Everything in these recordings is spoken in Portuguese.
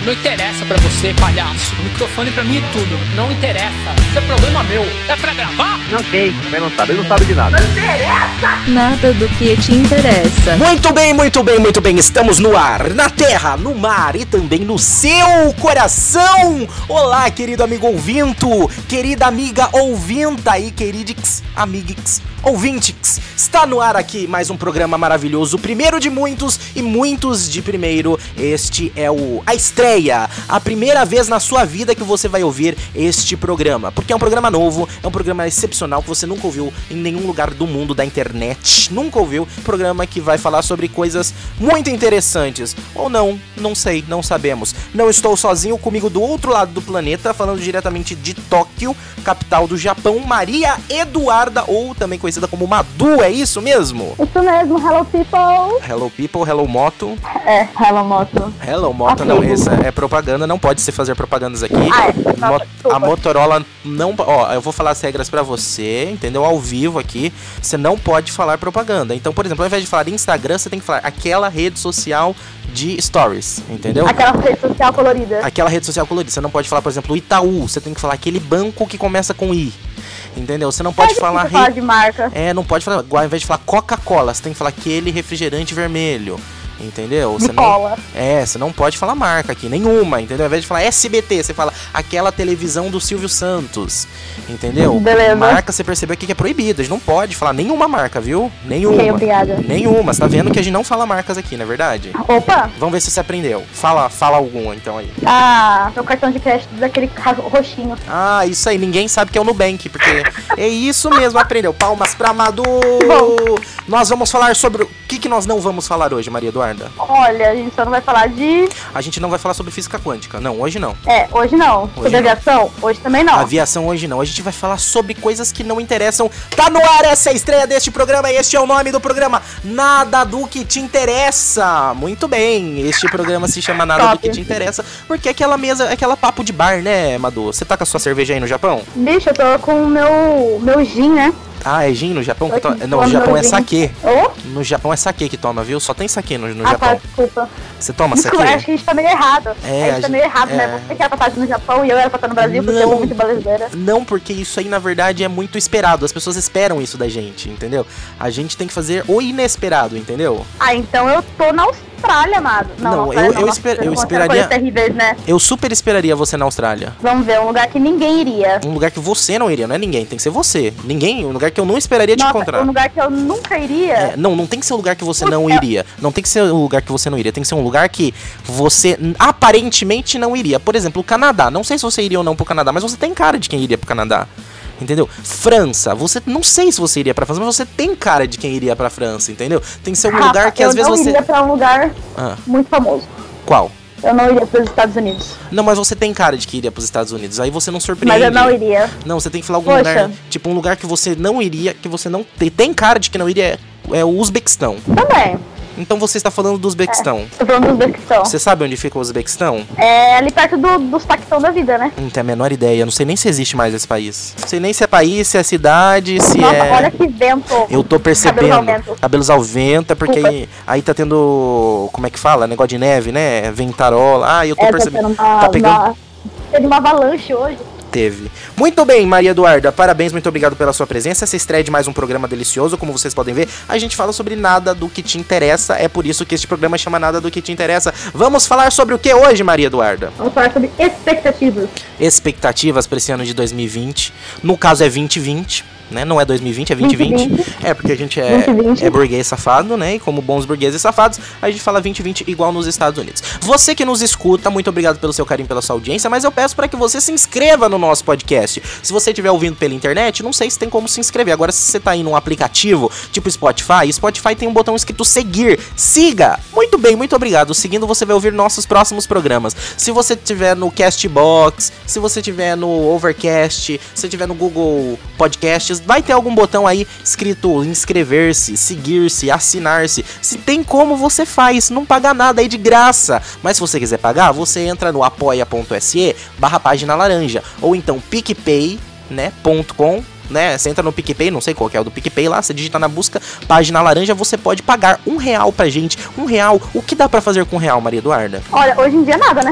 Não interessa pra você, palhaço. O microfone pra mim é tudo. Não interessa. Isso é problema meu. É pra gravar? Não sei, também não sabe. Ele não sabe de nada. Não interessa! Nada do que te interessa. Muito bem, muito bem, muito bem. Estamos no ar, na terra, no mar e também no seu coração. Olá, querido amigo ouvinto, querida amiga ouvinta e queridix, amigix, ouvintix. Está no ar aqui mais um programa maravilhoso, o primeiro de muitos e muitos de primeiro. Este é a estreia, a primeira vez na sua vida que você vai ouvir este programa, porque é um programa novo, é um programa excepcional que você nunca ouviu em nenhum lugar do mundo da internet, nunca ouviu. Programa que vai falar sobre coisas muito interessantes, ou não, não sei, não sabemos. Não estou sozinho, comigo do outro lado do planeta, falando diretamente de Tóquio, capital do Japão, Maria Eduarda, ou também conhecida como Madu, é isso mesmo? Isso mesmo, hello people. Hello people, hello moto. É, hello moto. Hello moto, Ok. não, essa é propaganda, não pode se fazer propagandas aqui. Ah, é. Nossa, A Motorola não... Ó, eu vou falar as regras pra você, entendeu? Ao vivo aqui, você não pode falar propaganda. Então, por exemplo, ao invés de falar Instagram, você tem que falar aquela rede social de stories, entendeu? Aquela rede social colorida. Aquela rede social colorida. Você não pode falar, por exemplo, Itaú. Você tem que falar aquele banco que começa com I. Entendeu? Você não pode falar... falar de marca. não pode falar... Ao invés de falar Coca-Cola, você tem que falar aquele refrigerante vermelho. Entendeu? Você Cola. você não pode falar marca aqui, nenhuma, entendeu? Ao invés de falar SBT, você fala aquela televisão do Silvio Santos, entendeu? Beleza. Marca, você percebeu aqui que é proibida, a gente não pode falar nenhuma marca, viu? Nenhuma. Ok, obrigada. Nenhuma, você tá vendo que a gente não fala marcas aqui, não é verdade? Opa! Vamos ver se você aprendeu. Fala algum, então, aí. Ah, meu cartão de crédito daquele roxinho. Ah, isso aí, ninguém sabe que é o Nubank, porque é isso mesmo, aprendeu. Palmas pra Madu! Bom. Nós vamos falar sobre... O que nós não vamos falar hoje, Maria Eduarda? Olha, a gente só não vai falar de... A gente não vai falar sobre física quântica. Não, hoje não. Hoje não. Sobre não. aviação? Hoje também não. Aviação hoje não. A gente vai falar sobre coisas que não interessam. Tá no ar, essa é a estreia deste programa e este é o nome do programa. Nada do que te interessa. Muito bem. Este programa se chama Nada do que te interessa, porque é aquela mesa, aquela papo de bar, né, Madu? Você tá com a sua cerveja aí no Japão? Bicho, eu tô com o meu gin, né? Ah, é gin no Japão? Que Tô Não, no Japão é gin. saquê. Ô? No Japão é saquê que toma, viu? Só tem saquê no Ah, Japão. tá, desculpa. Você toma Desculpa, saquê? acho que a gente tá meio errado. É, a gente tá meio errado, né? Você que era pra estar no Japão e eu era pra estar no Brasil, porque eu sou muito brasileira. Não, porque isso aí, na verdade, é muito esperado. As pessoas esperam isso da gente, entendeu? A gente tem que fazer o inesperado, entendeu? Ah, então eu tô na Austrália, amado. Não, Austrália eu Nossa, esperaria- coisas terríveis, né? Eu super esperaria você na Austrália. Vamos ver, um lugar que ninguém iria. Um lugar que você não iria, não é ninguém, tem que ser você. Ninguém, um lugar que eu não esperaria te Nossa, encontrar. um lugar que eu nunca iria. Não tem que ser um lugar que você não iria. Não tem que ser um lugar que você não iria. Tem que ser um lugar que você aparentemente não iria. Por exemplo, o Canadá. Não sei se você iria ou não pro Canadá, mas você tem cara de quem iria pro Canadá. Entendeu? França, não sei se você iria pra França, mas você tem cara de quem iria pra França, entendeu? Tem que ser um lugar que às vezes Eu você... não iria pra um lugar Ah, muito famoso. qual? Eu não iria pros Estados Unidos. Não, mas você tem cara de que iria pros Estados Unidos. Aí você não surpreende. Mas eu não iria. Não, você tem que falar algum Poxa. lugar. Tipo, um lugar que você não iria, que você não tem cara de que não iria, é o Uzbequistão. Também. Então você está falando do Uzbequistão. Tô falando dos Uzbequistão. Você sabe onde fica o Uzbequistão? É ali perto dos Paquistão da vida, né? Não tenho a menor ideia. Não sei nem se existe mais esse país. Não sei nem se é país, se é cidade, se Nossa, é... olha que vento. Eu tô percebendo. Cabelos ao vento. Cabelos ao vento, é porque aí tá tendo... Como é que fala? Negócio de neve, né? Ventarola. Ah, eu tô percebendo. Tá pegando... Teve uma avalanche hoje. Teve. Muito bem, Maria Eduarda, parabéns, muito obrigado pela sua presença. Essa estreia de mais um programa delicioso, como vocês podem ver, a gente fala sobre nada do que te interessa, é por isso que este programa chama Nada do que te interessa. Vamos falar sobre o que hoje, Maria Eduarda? Vamos falar sobre expectativas. Expectativas para esse ano de 2020, no caso é 2020, né? Não é 2020, é 2020. 2020. É, porque a gente 2020. é burguês safado, né? E como bons burgueses safados, a gente fala 2020 igual nos Estados Unidos. Você que nos escuta, muito obrigado pelo seu carinho, pela sua audiência, mas eu peço para que você se inscreva no nosso podcast. Se você estiver ouvindo pela internet, não sei se tem como se inscrever. Agora, se você tá aí num aplicativo, tipo Spotify tem um botão escrito seguir. Siga! Muito bem, muito obrigado. Seguindo, você vai ouvir nossos próximos programas. Se você estiver no Castbox, se você estiver no Overcast, se você estiver no Google Podcasts, vai ter algum botão aí escrito inscrever-se, seguir-se, assinar-se. Se tem como, você faz, não paga nada aí de graça. Mas se você quiser pagar, você entra no apoia.se/página laranja, ou então PicPay, né, .com, né? Você entra no PicPay, não sei qual que é o do PicPay lá, você digita na busca página laranja, você pode pagar R$1 pra gente. R$1, o que dá pra fazer com R$1, Maria Eduarda? Olha, hoje em dia nada, né?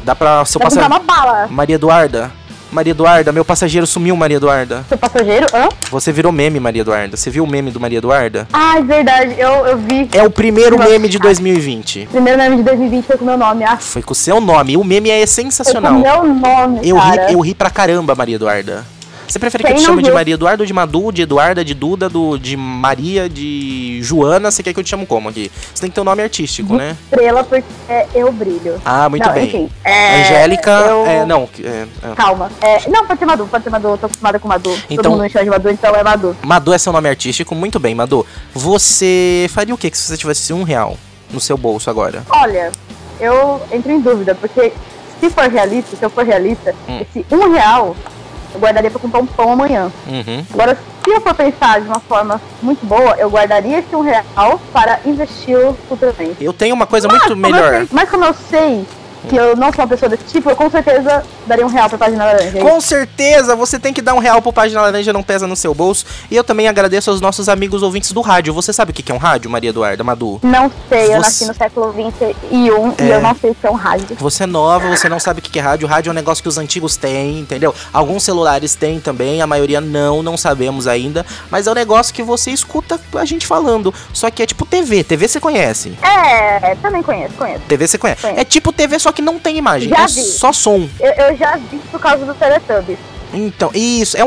Dá pra seu Vai comprar passageiro... uma bala. Maria Eduarda, meu passageiro sumiu, Maria Eduarda. Seu passageiro? Hã? Você virou meme, Maria Eduarda. Você viu o meme do Maria Eduarda? Ah, é verdade. Eu vi. É o primeiro meme de 2020. Primeiro meme de 2020 foi com o meu nome. Ah, Foi com o seu nome. O meme é foi com sensacional. o meu nome, cara. Eu ri pra caramba, Maria Eduarda. Você prefere que eu Quem te não chame de viu? Maria Eduarda ou de Madu, de Eduarda, de Duda, de Maria, de Joana? Você quer que eu te chamo como aqui? Você tem que ter um nome artístico, né? Estrela, porque eu brilho. Ah, muito Não, bem. enfim, Angélica... eu- Calma. Não, pode ser Madu. Eu tô acostumada com Madu. Então- Todo mundo me chama de Madu, então é Madu. Madu é seu nome artístico. Muito bem, Madu. Você faria o que se você tivesse R$1 no seu bolso agora? Olha, eu entro em dúvida, porque se eu for realista, esse R$1 eu guardaria pra comprar um pão amanhã. Uhum. Agora, se eu for pensar de uma forma muito boa, eu guardaria esse R$1 para investi-lo futuramente. Eu tenho uma coisa muito Como eu melhor. sei- mas como eu sei que eu não sou uma pessoa desse tipo, eu com certeza daria R$1 pra página laranja. Com certeza, você tem que dar R$1 pro Página Laranja, não pesa no seu bolso. E eu também agradeço aos nossos amigos ouvintes do rádio. Você sabe o que é um rádio, Maria Eduarda, Madu? Não sei, eu Você- nasci no século XXI e eu não sei o que é um rádio. Você é nova, você não sabe o que é rádio. Rádio é um negócio que os antigos têm, entendeu? Alguns celulares têm também, a maioria não sabemos ainda. Mas é um negócio que você escuta a gente falando. Só que é tipo TV. TV você conhece. Também conheço. TV você conhece. Conheço. É tipo TV, só que não tem imagem. Já É vi. só som. Eu já vi por causa do Teletubbies. Então, isso,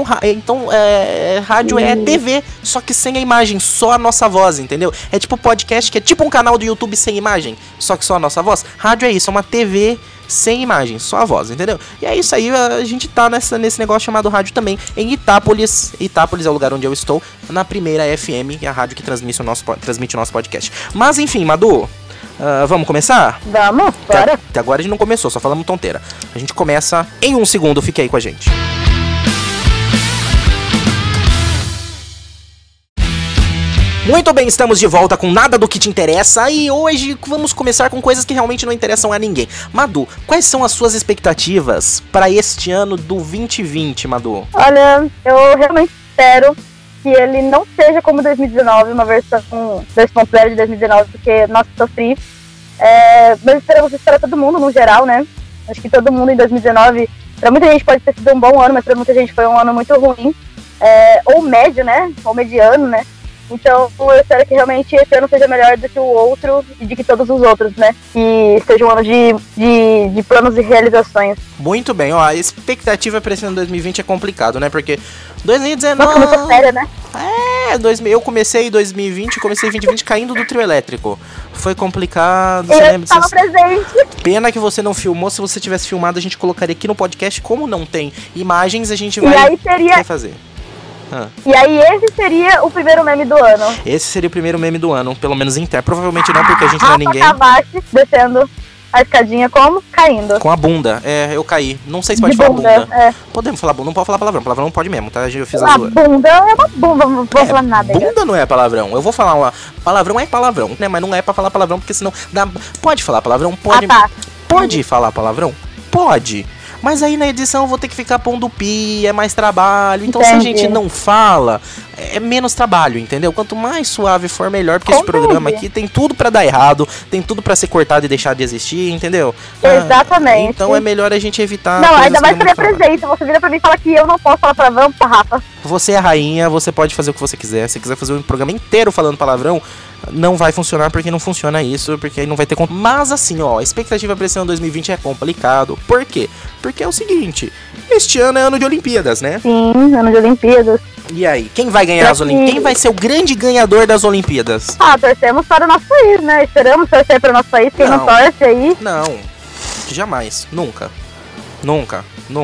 rádio é TV, só que sem a imagem, só a nossa voz, entendeu? É tipo podcast, que é tipo um canal do YouTube sem imagem, só que só a nossa voz. Rádio é isso, é uma TV sem imagem, só a voz, entendeu? E é isso aí, a gente tá nesse negócio chamado rádio também, em Itápolis. Itápolis é o lugar onde eu estou, na Primeira FM, a rádio que transmite o nosso podcast. Mas enfim, Madu... vamos começar? Vamos, bora. Até agora a gente não começou, só falamos tonteira. A gente começa em 1 segundo, fique aí com a gente. Muito bem, estamos de volta com Nada do que te interessa e hoje vamos começar com coisas que realmente não interessam a ninguém. Madu, quais são as suas expectativas para este ano do 2020, Madu? Olha, eu realmente espero que ele não seja como 2019, uma versão 2.0 de 2019, porque, nossa, sofri. Mas esperamos isso para todo mundo, no geral, né? Acho que todo mundo em 2019, para muita gente pode ter sido um bom ano, mas para muita gente foi um ano muito ruim. Ou médio, né? Ou mediano, né? Então, eu espero que realmente esse ano seja melhor do que o outro e de que todos os outros, né? Que seja um ano de planos e realizações. Muito bem, ó, a expectativa para esse ano 2020 é complicado, né? Porque 2019... Nossa, começou séria, né? Eu comecei 2020 caindo do trio elétrico. Foi complicado, você Eu lembra estava dessas... presente. Pena que você não filmou, se você tivesse filmado a gente colocaria aqui no podcast. Como não tem imagens, a gente E vai aí seria... refazer. E aí esse seria o primeiro meme do ano. Esse seria o primeiro meme do ano, pelo menos interno. Provavelmente não, porque a gente não é Rafa ninguém. Cavachi descendo a escadinha como? Caindo. Com a bunda. Eu caí. Não sei se De pode falar bunda, bunda. Podemos falar bunda, não pode falar palavrão. Palavrão não pode mesmo, tá? Eu fiz a A zoeira. bunda é uma bunda, não vou falar nada. aí. Bunda não é palavrão. Eu vou falar uma... Palavrão é palavrão, né? Mas não é pra falar palavrão, porque senão... Pode falar palavrão? Pode. Ah, tá. Pode falar palavrão? Pode. Mas aí na edição eu vou ter que ficar pondo pi, é mais trabalho. Então se a Entendi. gente não fala, é menos trabalho, entendeu? Quanto mais suave for, melhor. Porque esse Entendi. programa aqui tem tudo pra dar errado, tem tudo pra ser cortado e deixar de existir, entendeu? Exatamente. Então é melhor a gente evitar. Não, coisas ainda que mais dão pra minha muito trabalho. presença. Você vira pra mim e fala que eu não posso falar palavrão, Rafa. Você é a rainha, você pode fazer o que você quiser. Se quiser fazer um programa inteiro falando palavrão, não vai funcionar porque não funciona isso, porque aí não vai ter conta. Mas assim, ó, a expectativa pra esse ano 2020 é complicado. Por quê? Porque é o seguinte, este ano é ano de Olimpíadas, né? Sim, ano de Olimpíadas. E aí, quem vai ganhar as Olimpíadas? Quem vai ser o grande ganhador das Olimpíadas? Torcemos para o nosso país, né? Esperamos torcer para o nosso país. Quem não Não. torce aí. Não, jamais, nunca. Nunca.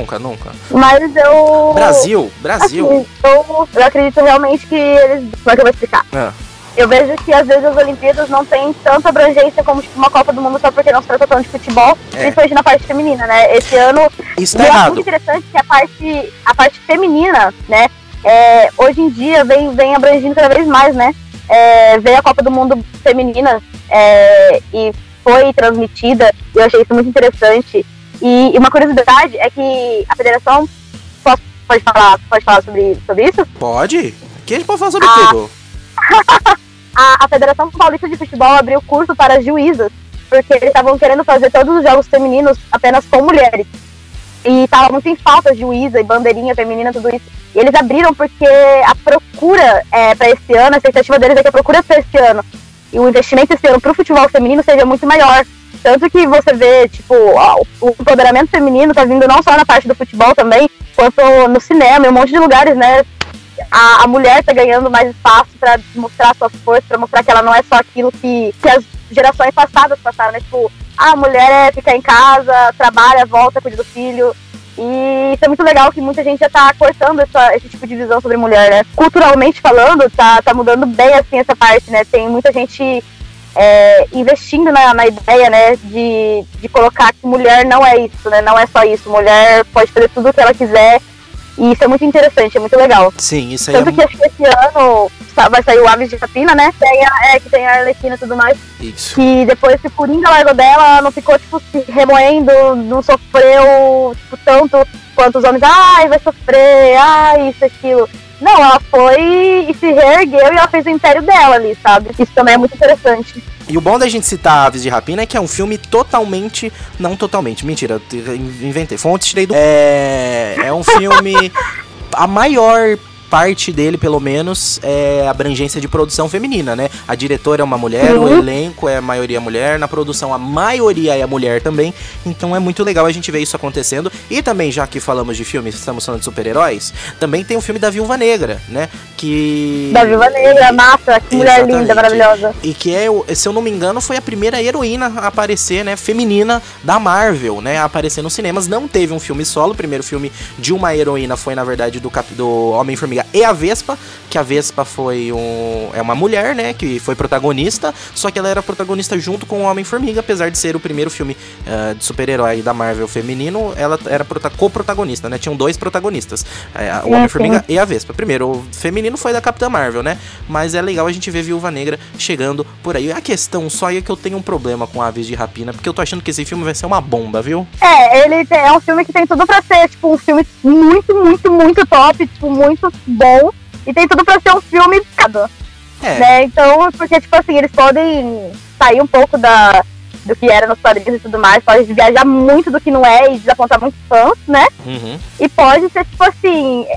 Mas eu... Brasil. Assim, eu acredito realmente que eles... Como é que eu vou explicar? Eu vejo que às vezes as Olimpíadas não tem tanta abrangência como tipo, uma Copa do Mundo só porque não se trata tanto de futebol, principalmente na parte feminina, né? Esse ano Isso tá eu acho errado. muito interessante que a parte feminina, né? Hoje em dia vem abrangindo cada vez mais, né? Veio a Copa do Mundo feminina e foi transmitida, e eu achei isso muito interessante. E uma curiosidade é que a federação pode falar sobre isso? Pode? Quem pode falar sobre tudo? A Federação Paulista de Futebol abriu curso para juízas, porque eles estavam querendo fazer todos os jogos femininos apenas com mulheres. E tava muito em falta juíza e bandeirinha feminina, tudo isso. E eles abriram porque a procura para esse ano, a expectativa deles é que a procura para esse ano e o investimento esse ano pro futebol feminino seja muito maior. Tanto que você vê, tipo, o empoderamento feminino tá vindo não só na parte do futebol também, quanto no cinema, em um monte de lugares, né? A mulher tá ganhando mais espaço pra mostrar suas forças, pra mostrar que ela não é só aquilo que as gerações passadas passaram, né? Tipo, a mulher fica em casa, trabalha, volta, cuida do filho. E isso é muito legal que muita gente já tá cortando esse tipo de visão sobre mulher, né? Culturalmente falando, tá mudando bem assim essa parte, né? Tem muita gente investindo na ideia, né? De colocar que mulher não é isso, né? Não é só isso. Mulher pode fazer tudo o que ela quiser. E isso é muito interessante, é muito legal. Sim, isso aí. Tanto que acho que esse ano vai sair o Aves de Rapina, né? Que tem a Arlequina e tudo mais. Isso. Que depois que o Coringa largou dela, ela não ficou, tipo, se remoendo, não sofreu, tipo, tanto quanto os homens. Ai, vai sofrer, ai, isso, aquilo. Não, ela foi e se reergueu e ela fez o império dela ali, sabe? Isso também é muito interessante. E o bom da gente citar Aves de Rapina é que é um filme totalmente... Não totalmente, mentira, inventei. Fontes tirei do... É um filme... A maior parte dele, pelo menos, é abrangência de produção feminina, né? A diretora é uma mulher, o elenco é a maioria mulher, na produção a maioria é mulher também, então é muito legal a gente ver isso acontecendo. E também, já que falamos de filmes, estamos falando de super-heróis, também tem o filme da Viúva Negra, né? Da Viúva Negra, massa, que mulher linda, maravilhosa. E que se eu não me engano, foi a primeira heroína a aparecer, né, feminina da Marvel, né, a aparecer nos cinemas. Não teve um filme solo, o primeiro filme de uma heroína foi, na verdade, do Homem-Formiga e a Vespa, que a Vespa é uma mulher, né, que foi protagonista, só que ela era protagonista junto com o Homem-Formiga, apesar de ser o primeiro filme de super-herói da Marvel feminino, ela era co-protagonista, né, tinham dois protagonistas, o Homem-Formiga e a Vespa. Primeiro, o feminino foi da Capitã Marvel, né, mas é legal a gente ver Viúva Negra chegando por aí. A questão só é que eu tenho um problema com Aves de Rapina, porque eu tô achando que esse filme vai ser uma bomba, viu? Ele é um filme que tem tudo pra ser, tipo, um filme muito, muito, muito top, tipo, muito bom, e tem tudo pra ser um filme né? Então, porque, tipo assim, eles podem sair um pouco do que era nos quadrinhos e tudo mais, pode viajar muito do que não é e desapontar muitos fãs, né? E pode ser, tipo assim,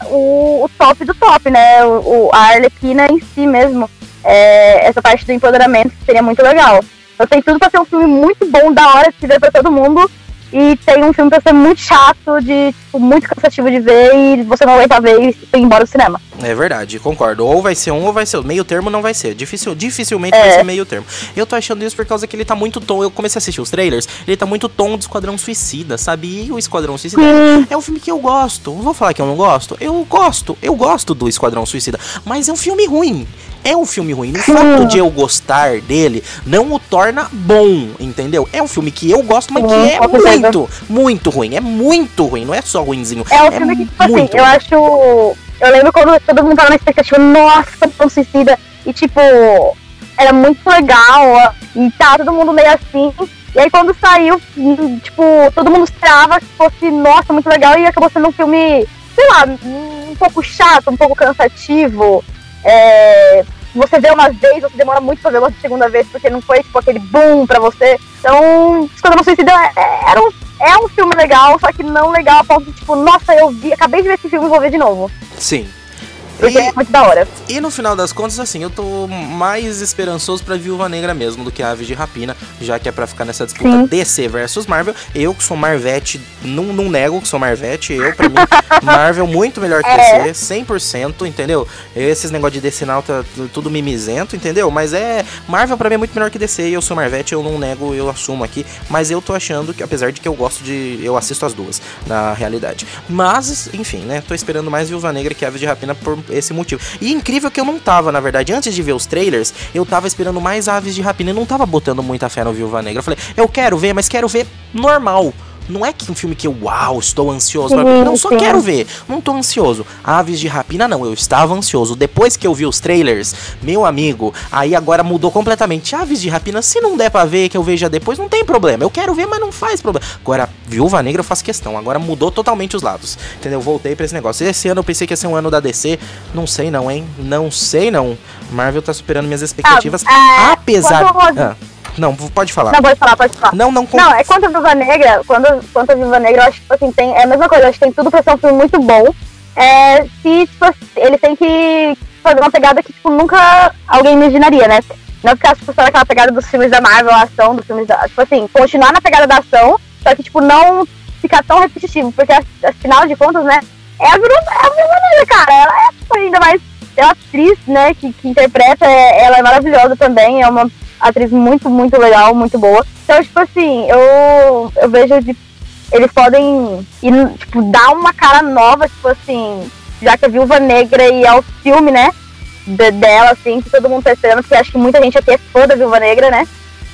o top do top, né? A Arlequina em si mesmo, essa parte do empoderamento que seria muito legal. Então tem tudo pra ser um filme muito bom, da hora de se ver pra todo mundo. E tem um filme pra ser muito chato, tipo, muito cansativo de ver e você não aguenta ver e ir embora do cinema. É verdade, concordo. Ou vai ser um ou vai ser outro. Meio termo não vai ser. Dificilmente vai ser meio termo. Eu tô achando isso por causa que ele tá muito tom. Eu comecei a assistir os trailers, ele tá muito tom do Esquadrão Suicida, sabe? E o Esquadrão Suicida é um filme que eu gosto. Não vou falar que eu não gosto. Eu gosto do Esquadrão Suicida. Mas é um filme ruim. É um filme ruim. O fato de eu gostar dele não o torna bom, entendeu? É um filme que eu gosto, mas que é muito, muito ruim. É muito ruim, não é só ruinzinho. É um filme que, tipo assim, eu acho... Eu lembro quando todo mundo tava na expectativa, nossa, Esquadrão Suicida. E, tipo, era muito legal. E tá todo mundo meio assim. E aí, quando saiu, tipo, todo mundo esperava que fosse, nossa, muito legal. E acabou sendo um filme, sei lá, um pouco chato, um pouco cansativo. Você vê uma vez, você demora muito pra ver uma segunda vez, porque não foi, tipo, aquele boom pra você. Então, Esquadrão Suicida é um filme legal, só que não legal a ponto de, tipo, nossa, acabei de ver esse filme e vou ver de novo. Sim. Porque é muito da hora. E no final das contas, assim, eu tô mais esperançoso pra Viúva Negra mesmo do que a Aves de Rapina, já que é pra ficar nessa disputa DC versus Marvel. Eu que sou Marvete, não nego que sou Marvete, pra mim, Marvel muito melhor que DC, 100%, entendeu? Esses negócios de DC não tá tudo mimizento, entendeu? Mas Marvel pra mim é muito melhor que DC, eu sou Marvete, eu não nego, eu assumo aqui, mas eu tô achando que, apesar de que eu assisto as duas, na realidade. Mas, enfim, né, tô esperando mais Viúva Negra que Aves de Rapina por esse motivo. E incrível que eu não tava, na verdade, antes de ver os trailers, eu tava esperando mais Aves de Rapina e não tava botando muita fé no Viúva Negra. Eu falei, eu quero ver, mas quero ver normal. Não é que um filme que eu, estou ansioso pra ver. Não, só quero ver. Não tô ansioso. Aves de Rapina, não. Eu estava ansioso. Depois que eu vi os trailers, meu amigo, aí agora mudou completamente. Aves de Rapina, se não der pra ver, que eu veja depois, não tem problema. Eu quero ver, mas não faz problema. Agora, Viúva Negra eu faço questão. Agora mudou totalmente os lados. Entendeu? Voltei pra esse negócio. Esse ano eu pensei que ia ser um ano da DC. Não sei não, hein? Não sei não. Marvel tá superando minhas expectativas. Apesar... Não, pode falar. Não, pode falar. Não. Não, é quanto a Viúva Negra, quanto a Viúva Negra, eu acho que, tipo assim, é a mesma coisa, eu acho que tem tudo pra ser um filme muito bom. Se, tipo, ele tem que fazer uma pegada que, tipo, nunca alguém imaginaria, né? Não ficar, tipo, só naquela pegada dos filmes da Marvel, a ação dos filmes da... Tipo assim, continuar na pegada da ação, só que, tipo, não ficar tão repetitivo, porque, afinal de contas, né, é a Viúva Negra, cara, ela é, tipo, ainda mais... É uma atriz, né, que interpreta, ela é maravilhosa também, é uma atriz muito, muito legal, muito boa. Então, tipo assim, eu vejo eles podem tipo, dar uma cara nova, tipo assim, já que a Viúva Negra e é o filme, né, dela, assim, que todo mundo tá esperando, porque acho que muita gente aqui é fã da Viúva Negra, né?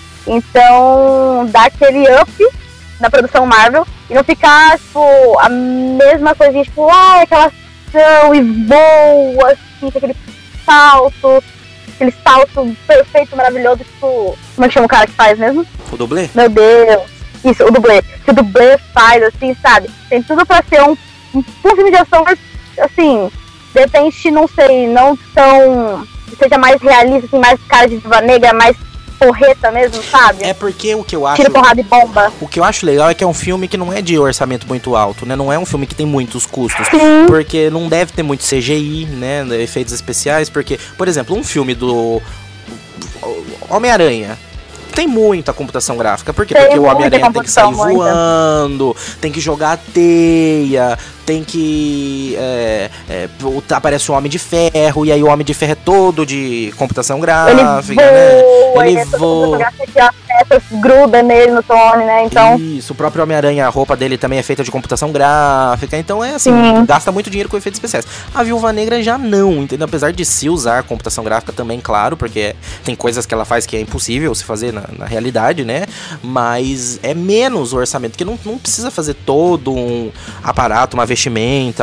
Então, dar aquele up na produção Marvel e não ficar, tipo, a mesma coisinha, tipo, aquela ação e voa, assim, com aquele salto perfeito, maravilhoso, tipo, como é que chama o cara que faz mesmo? O dublê? Meu Deus, isso, o dublê. Que o dublê faz, assim, sabe? Tem tudo pra ser um filme de ação, assim, de repente, não sei, não tão... seja mais realista, assim, mais cara de Viúva Negra, mais porreta mesmo, sabe? É porque o que eu acho... Tira porrada e bomba. O que eu acho legal é que é um filme que não é de orçamento muito alto, né? Não é um filme que tem muitos custos. Sim. Porque não deve ter muito CGI, né? Efeitos especiais, porque... Por exemplo, um filme do Homem-Aranha tem muita computação gráfica. Por quê? Porque o Homem-Aranha tem que sair voando, tem que jogar teia, tem que... aparece o Homem de Ferro, e aí o Homem de Ferro é todo de computação gráfica, Ele voa. Essas gruda nele no Tony, né? Então... Isso, o próprio Homem-Aranha, a roupa dele também é feita de computação gráfica, então é assim, gasta muito dinheiro com efeitos especiais. A Viúva Negra já não, entendeu? Apesar de se usar computação gráfica também, claro, porque tem coisas que ela faz que é impossível se fazer na realidade, né? Mas é menos o orçamento, que não precisa fazer todo um aparato, uma vestimenta,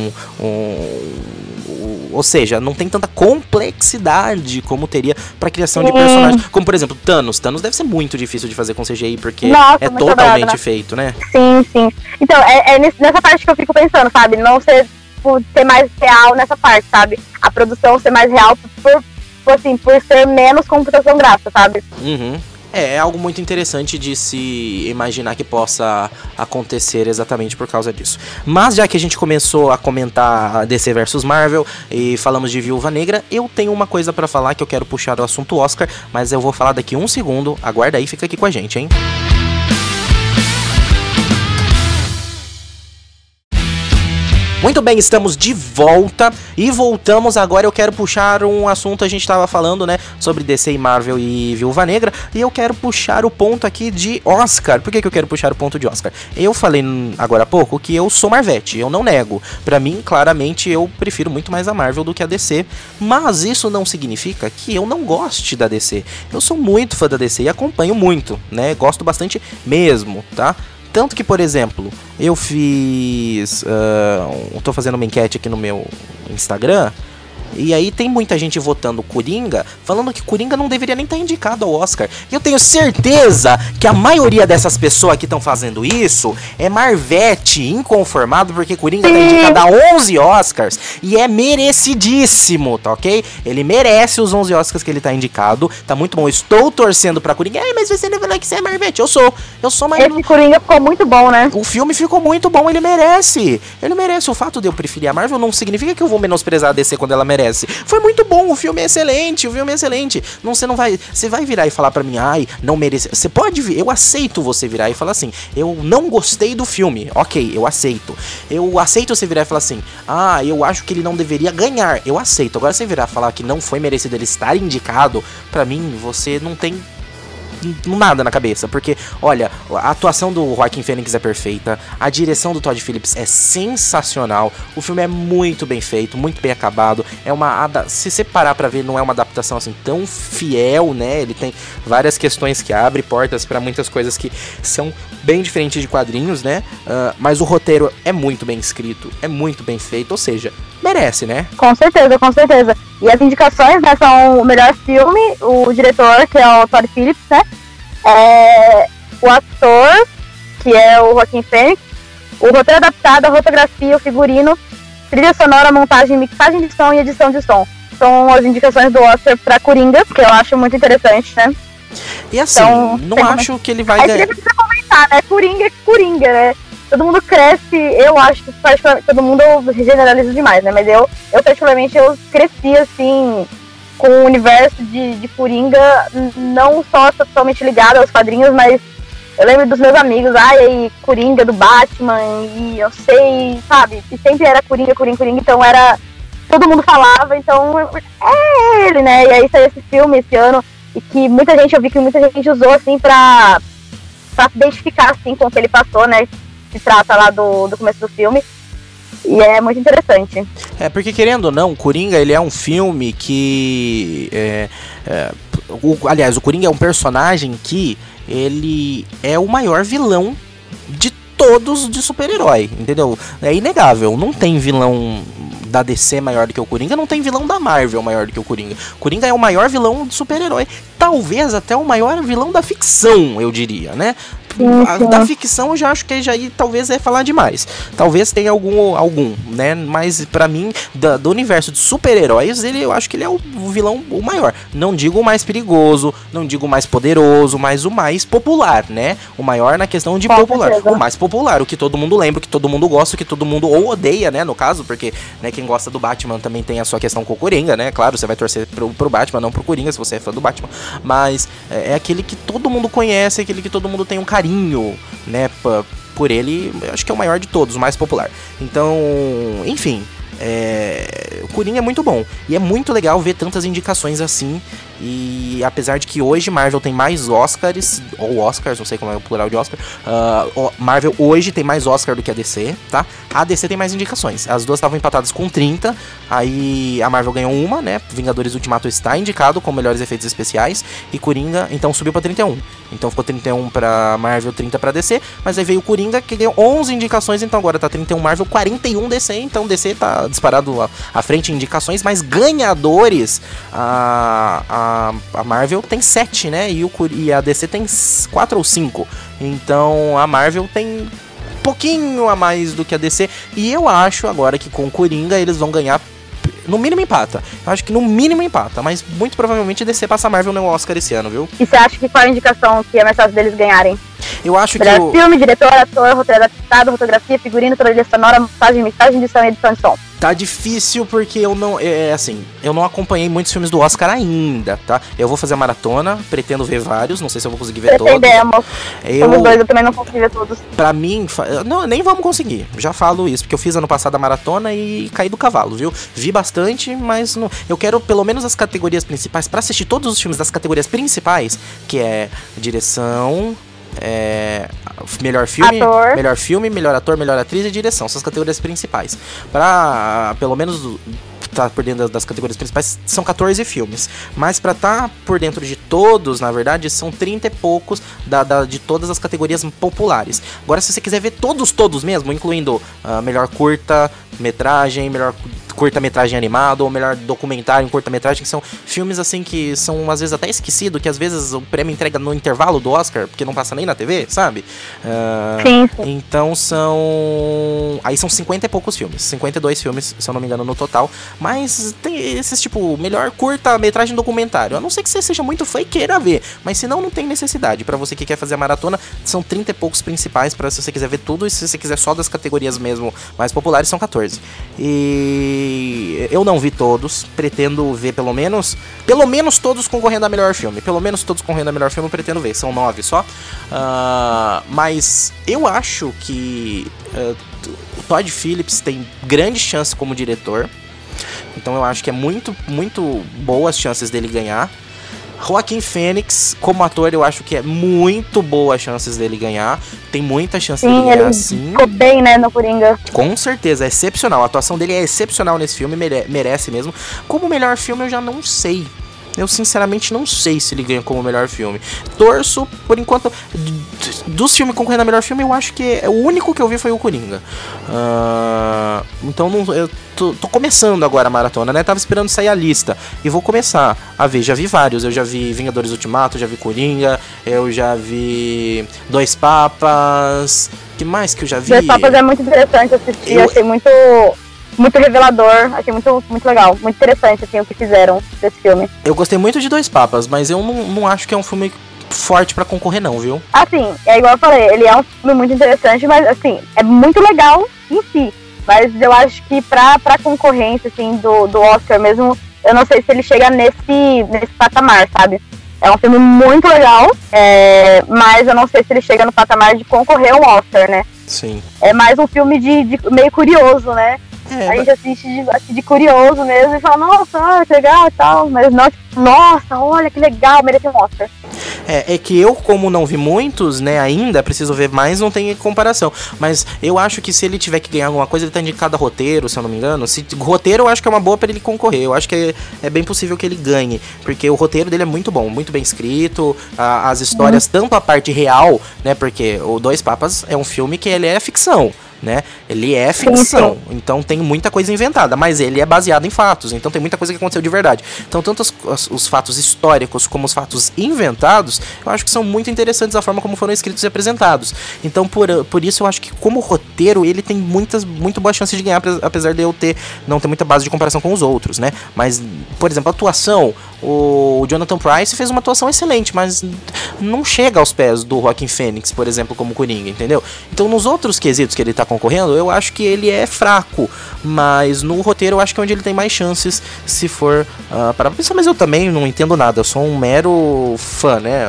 ou seja, não tem tanta complexidade como teria pra criação de personagens. Como, por exemplo, Thanos. Thanos deve ser muito difícil de fazer com CGI, porque é totalmente feito, né? Sim. Então, nessa parte que eu fico pensando, sabe? Não ser mais real nessa parte, sabe? A produção ser mais real por ser menos computação gráfica, sabe? É algo muito interessante de se imaginar que possa acontecer exatamente por causa disso. Mas já que a gente começou a comentar DC vs Marvel e falamos de Viúva Negra, eu tenho uma coisa pra falar que eu quero puxar o assunto Oscar, mas eu vou falar daqui um segundo. Aguarda aí, fica aqui com a gente, hein? Muito bem, estamos de volta e voltamos agora. Eu quero puxar um assunto, a gente estava falando, né, sobre DC e Marvel e Viúva Negra, e eu quero puxar o ponto aqui de Oscar. Por que eu quero puxar o ponto de Oscar? Eu falei agora há pouco que eu sou Marvete, eu não nego. Pra mim, claramente, eu prefiro muito mais a Marvel do que a DC, mas isso não significa que eu não goste da DC. Eu sou muito fã da DC e acompanho muito, né, gosto bastante mesmo, tá? Tanto que, por exemplo, eu fiz... tô fazendo uma enquete aqui no meu Instagram. E aí tem muita gente votando Coringa, falando que Coringa não deveria nem estar indicado ao Oscar. E eu tenho certeza que a maioria dessas pessoas que estão fazendo isso é Marvete, inconformado, porque Coringa tá indicado a 11 Oscars. E é merecidíssimo, tá ok? Ele merece os 11 Oscars que ele tá indicado. Tá muito bom, estou torcendo pra Coringa. Mas você não falou que você é Marvete. Eu sou mais... Esse Coringa ficou muito bom, né? O filme ficou muito bom, ele merece. Ele merece. O fato de eu preferir a Marvel não significa que eu vou menosprezar a DC quando ela merece. Foi muito bom, o filme é excelente, Você não vai, você vai virar e falar pra mim, não merece. Você pode vir, eu aceito você virar e falar assim, eu não gostei do filme. Ok, eu aceito. Eu aceito você virar e falar assim, eu acho que ele não deveria ganhar. Eu aceito. Agora você virar e falar que não foi merecido ele estar indicado, pra mim, você não tem nada na cabeça, porque, olha, a atuação do Joaquin Phoenix é perfeita, a direção do Todd Phillips é sensacional, o filme é muito bem feito, muito bem acabado, se você parar pra ver, não é uma adaptação assim tão fiel, né, ele tem várias questões que abrem portas pra muitas coisas que são bem diferentes de quadrinhos, né, mas o roteiro é muito bem escrito, é muito bem feito, ou seja, merece, né? Com certeza. E as indicações, né, são o melhor filme, o diretor, que é o Todd Phillips, né? O ator, que é o Joaquin Phoenix, o roteiro adaptado, a fotografia, o figurino, trilha sonora, montagem, mixagem de som e edição de som. São as indicações do Oscar pra Coringa, que eu acho muito interessante, né? E assim, Então, não acho que ele vai aí ganhar. precisa comentar, né? Coringa é Coringa, né? Todo mundo cresce, eu acho que todo mundo generaliza demais, né? Mas eu particularmente, eu cresci, assim, com o universo de Coringa, não só totalmente ligado aos quadrinhos, mas eu lembro dos meus amigos, aí Coringa do Batman, e eu sei, sabe? E sempre era Coringa, então era... Todo mundo falava, então é ele, né? E aí saiu esse filme esse ano, e que eu vi que muita gente usou, assim, pra se identificar, assim, com o que ele passou, né? Se trata lá do começo do filme. E é muito interessante. Porque querendo ou não, o Coringa, ele é um filme que... aliás, o Coringa é um personagem que ele é o maior vilão de todos de super-herói, entendeu? É inegável, não tem vilão da DC maior do que o Coringa, não tem vilão da Marvel maior do que o Coringa. Coringa é o maior vilão de super-herói, talvez até o maior vilão da ficção, eu diria, né? Da ficção eu já acho que já talvez é falar demais. Talvez tenha algum, né? Mas pra mim, do universo de super-heróis, eu acho que ele é o vilão o maior. Não digo o mais perigoso, não digo o mais poderoso, mas o mais popular, né? O maior na questão de popular. O mais popular, o que todo mundo lembra, o que todo mundo gosta, o que todo mundo ou odeia, né? No caso, porque né, quem gosta do Batman também tem a sua questão com o Coringa, né? Claro, você vai torcer pro Batman, não pro Coringa, se você é fã do Batman. Mas é aquele que todo mundo conhece, aquele que todo mundo tem um carinho, né, por ele, acho que é o maior de todos, o mais popular. Então, enfim, o Coringa é muito bom. E é muito legal ver tantas indicações assim. E apesar de que hoje Marvel tem mais Oscars, ou Oscars, não sei como é o plural de Oscar, Marvel hoje tem mais Oscar do que a DC, tá? A DC tem mais indicações. As duas estavam empatadas com 30, aí a Marvel ganhou uma, né? Vingadores Ultimato está indicado com melhores efeitos especiais, e Coringa, então, subiu pra 31. Então ficou 31 pra Marvel, 30 pra DC, mas aí veio o Coringa, que ganhou 11 indicações, então agora tá 31 Marvel, 41 DC, então DC tá disparado à frente em indicações, mas ganhadores, a Marvel tem 7, né? E a DC tem 4 ou 5. Então a Marvel tem um pouquinho a mais do que a DC. E eu acho agora que com o Coringa eles vão ganhar. No mínimo empata. Eu acho que no mínimo empata. Mas muito provavelmente a DC passa a Marvel no Oscar esse ano, viu? E você acha que qual a indicação que é mais fácil deles ganharem? Eu acho que filme, diretor, ator, roteiro adaptado, fotografia, figurino, trilha sonora, montagem, mixagem, edição e edição de som. Tá difícil porque eu não... eu não acompanhei muitos filmes do Oscar ainda, tá? Eu vou fazer a maratona, pretendo ver vários, não sei se eu vou conseguir ver todos. Pretendemos. Somos dois, eu também não consegui ver todos. Pra mim, não, nem vamos conseguir, já falo isso, porque eu fiz ano passado a maratona e caí do cavalo, viu? Vi bastante, mas não... Eu quero pelo menos as categorias principais, pra assistir todos os filmes das categorias principais, que é direção... melhor filme, melhor ator, melhor atriz e direção. São as categorias principais. Pra, pelo menos, tá por dentro das categorias principais, são 14 filmes. Mas pra tá por dentro de todos, na verdade, são 30 e poucos de todas as categorias populares. Agora, se você quiser ver todos mesmo, incluindo melhor curta-metragem, melhor curta-metragem animado, ou melhor documentário em curta-metragem, que são filmes assim que são às vezes até esquecidos, que às vezes o prêmio entrega no intervalo do Oscar, porque não passa nem na TV, sabe? Sim. Então aí são 50 e poucos filmes, 52 filmes, se eu não me engano, no total, mas tem esses tipo, melhor curta-metragem documentário, a não ser que você seja muito fã e queira ver, mas senão não tem necessidade. Pra você que quer fazer a maratona, são 30 e poucos principais, pra se você quiser ver tudo, e se você quiser só das categorias mesmo mais populares, são 14. E eu não vi todos, pretendo ver pelo menos todos concorrendo a melhor filme. Pelo menos todos concorrendo a melhor filme eu pretendo ver, são 9 só. Mas eu acho que o Todd Phillips tem grande chance como diretor. Então eu acho que é muito, muito boas chances dele ganhar. Joaquin Phoenix, como ator, eu acho que é muito boa as chances dele ganhar. Tem muita chance dele ganhar, sim. Ficou bem, né, no Coringa. Com certeza, é excepcional. A atuação dele é excepcional nesse filme, merece mesmo. Como melhor filme, eu já não sei. Eu sinceramente não sei se ele ganha como melhor filme. Torço, por enquanto, dos filmes concorrendo a melhor filme, eu acho que o único que eu vi foi o Coringa. Então eu tô começando agora a maratona, né? Tava esperando sair a lista e vou começar a ver. Já vi vários. Eu já vi Vingadores Ultimato, já vi Coringa, eu já vi Dois Papas. Que mais que eu já vi? Dois Papas é muito interessante assistir, achei muito muito revelador, achei muito, muito legal, muito interessante, assim, o que fizeram desse filme. Eu gostei muito de Dois Papas, mas eu não acho que é um filme forte pra concorrer não, viu? Assim, é igual eu falei, ele é um filme muito interessante, mas assim, é muito legal em si. Mas eu acho que pra concorrência, assim, do Oscar mesmo, eu não sei se ele chega nesse patamar, sabe? É um filme muito legal, mas eu não sei se ele chega no patamar de concorrer ao Oscar, né? Sim. É mais um filme de meio curioso, né? A gente assiste de curioso mesmo e fala, nossa, que legal e tal, mas não, tipo, nossa, olha que legal, mereceu um Oscar. É que eu, como não vi muitos, né, ainda, preciso ver mais, não tem comparação. Mas eu acho que se ele tiver que ganhar alguma coisa, ele tá indicado a roteiro, se eu não me engano. Roteiro eu acho que é uma boa pra ele concorrer. Eu acho que é bem possível que ele ganhe. Porque o roteiro dele é muito bom, muito bem escrito. As histórias, tanto a parte real, né, porque o Dois Papas é um filme que ele é ficção. Né? Ele é ficção, então tem muita coisa inventada, mas ele é baseado em fatos, então tem muita coisa que aconteceu de verdade. Então tanto os fatos históricos como os fatos inventados, eu acho que são muito interessantes a forma como foram escritos e apresentados. Então por isso eu acho que como roteiro ele tem muito boa chance de ganhar, apesar de eu não ter muita base de comparação com os outros, né? Mas, por exemplo, a atuação, o Jonathan Pryce fez uma atuação excelente, mas não chega aos pés do Joaquin Phoenix, por exemplo, como Coringa, entendeu? Então nos outros quesitos que ele tá concorrendo, eu acho que ele é fraco, mas no roteiro eu acho que é onde ele tem mais chances, se for para pensar. Mas eu também não entendo nada, eu sou um mero fã, né?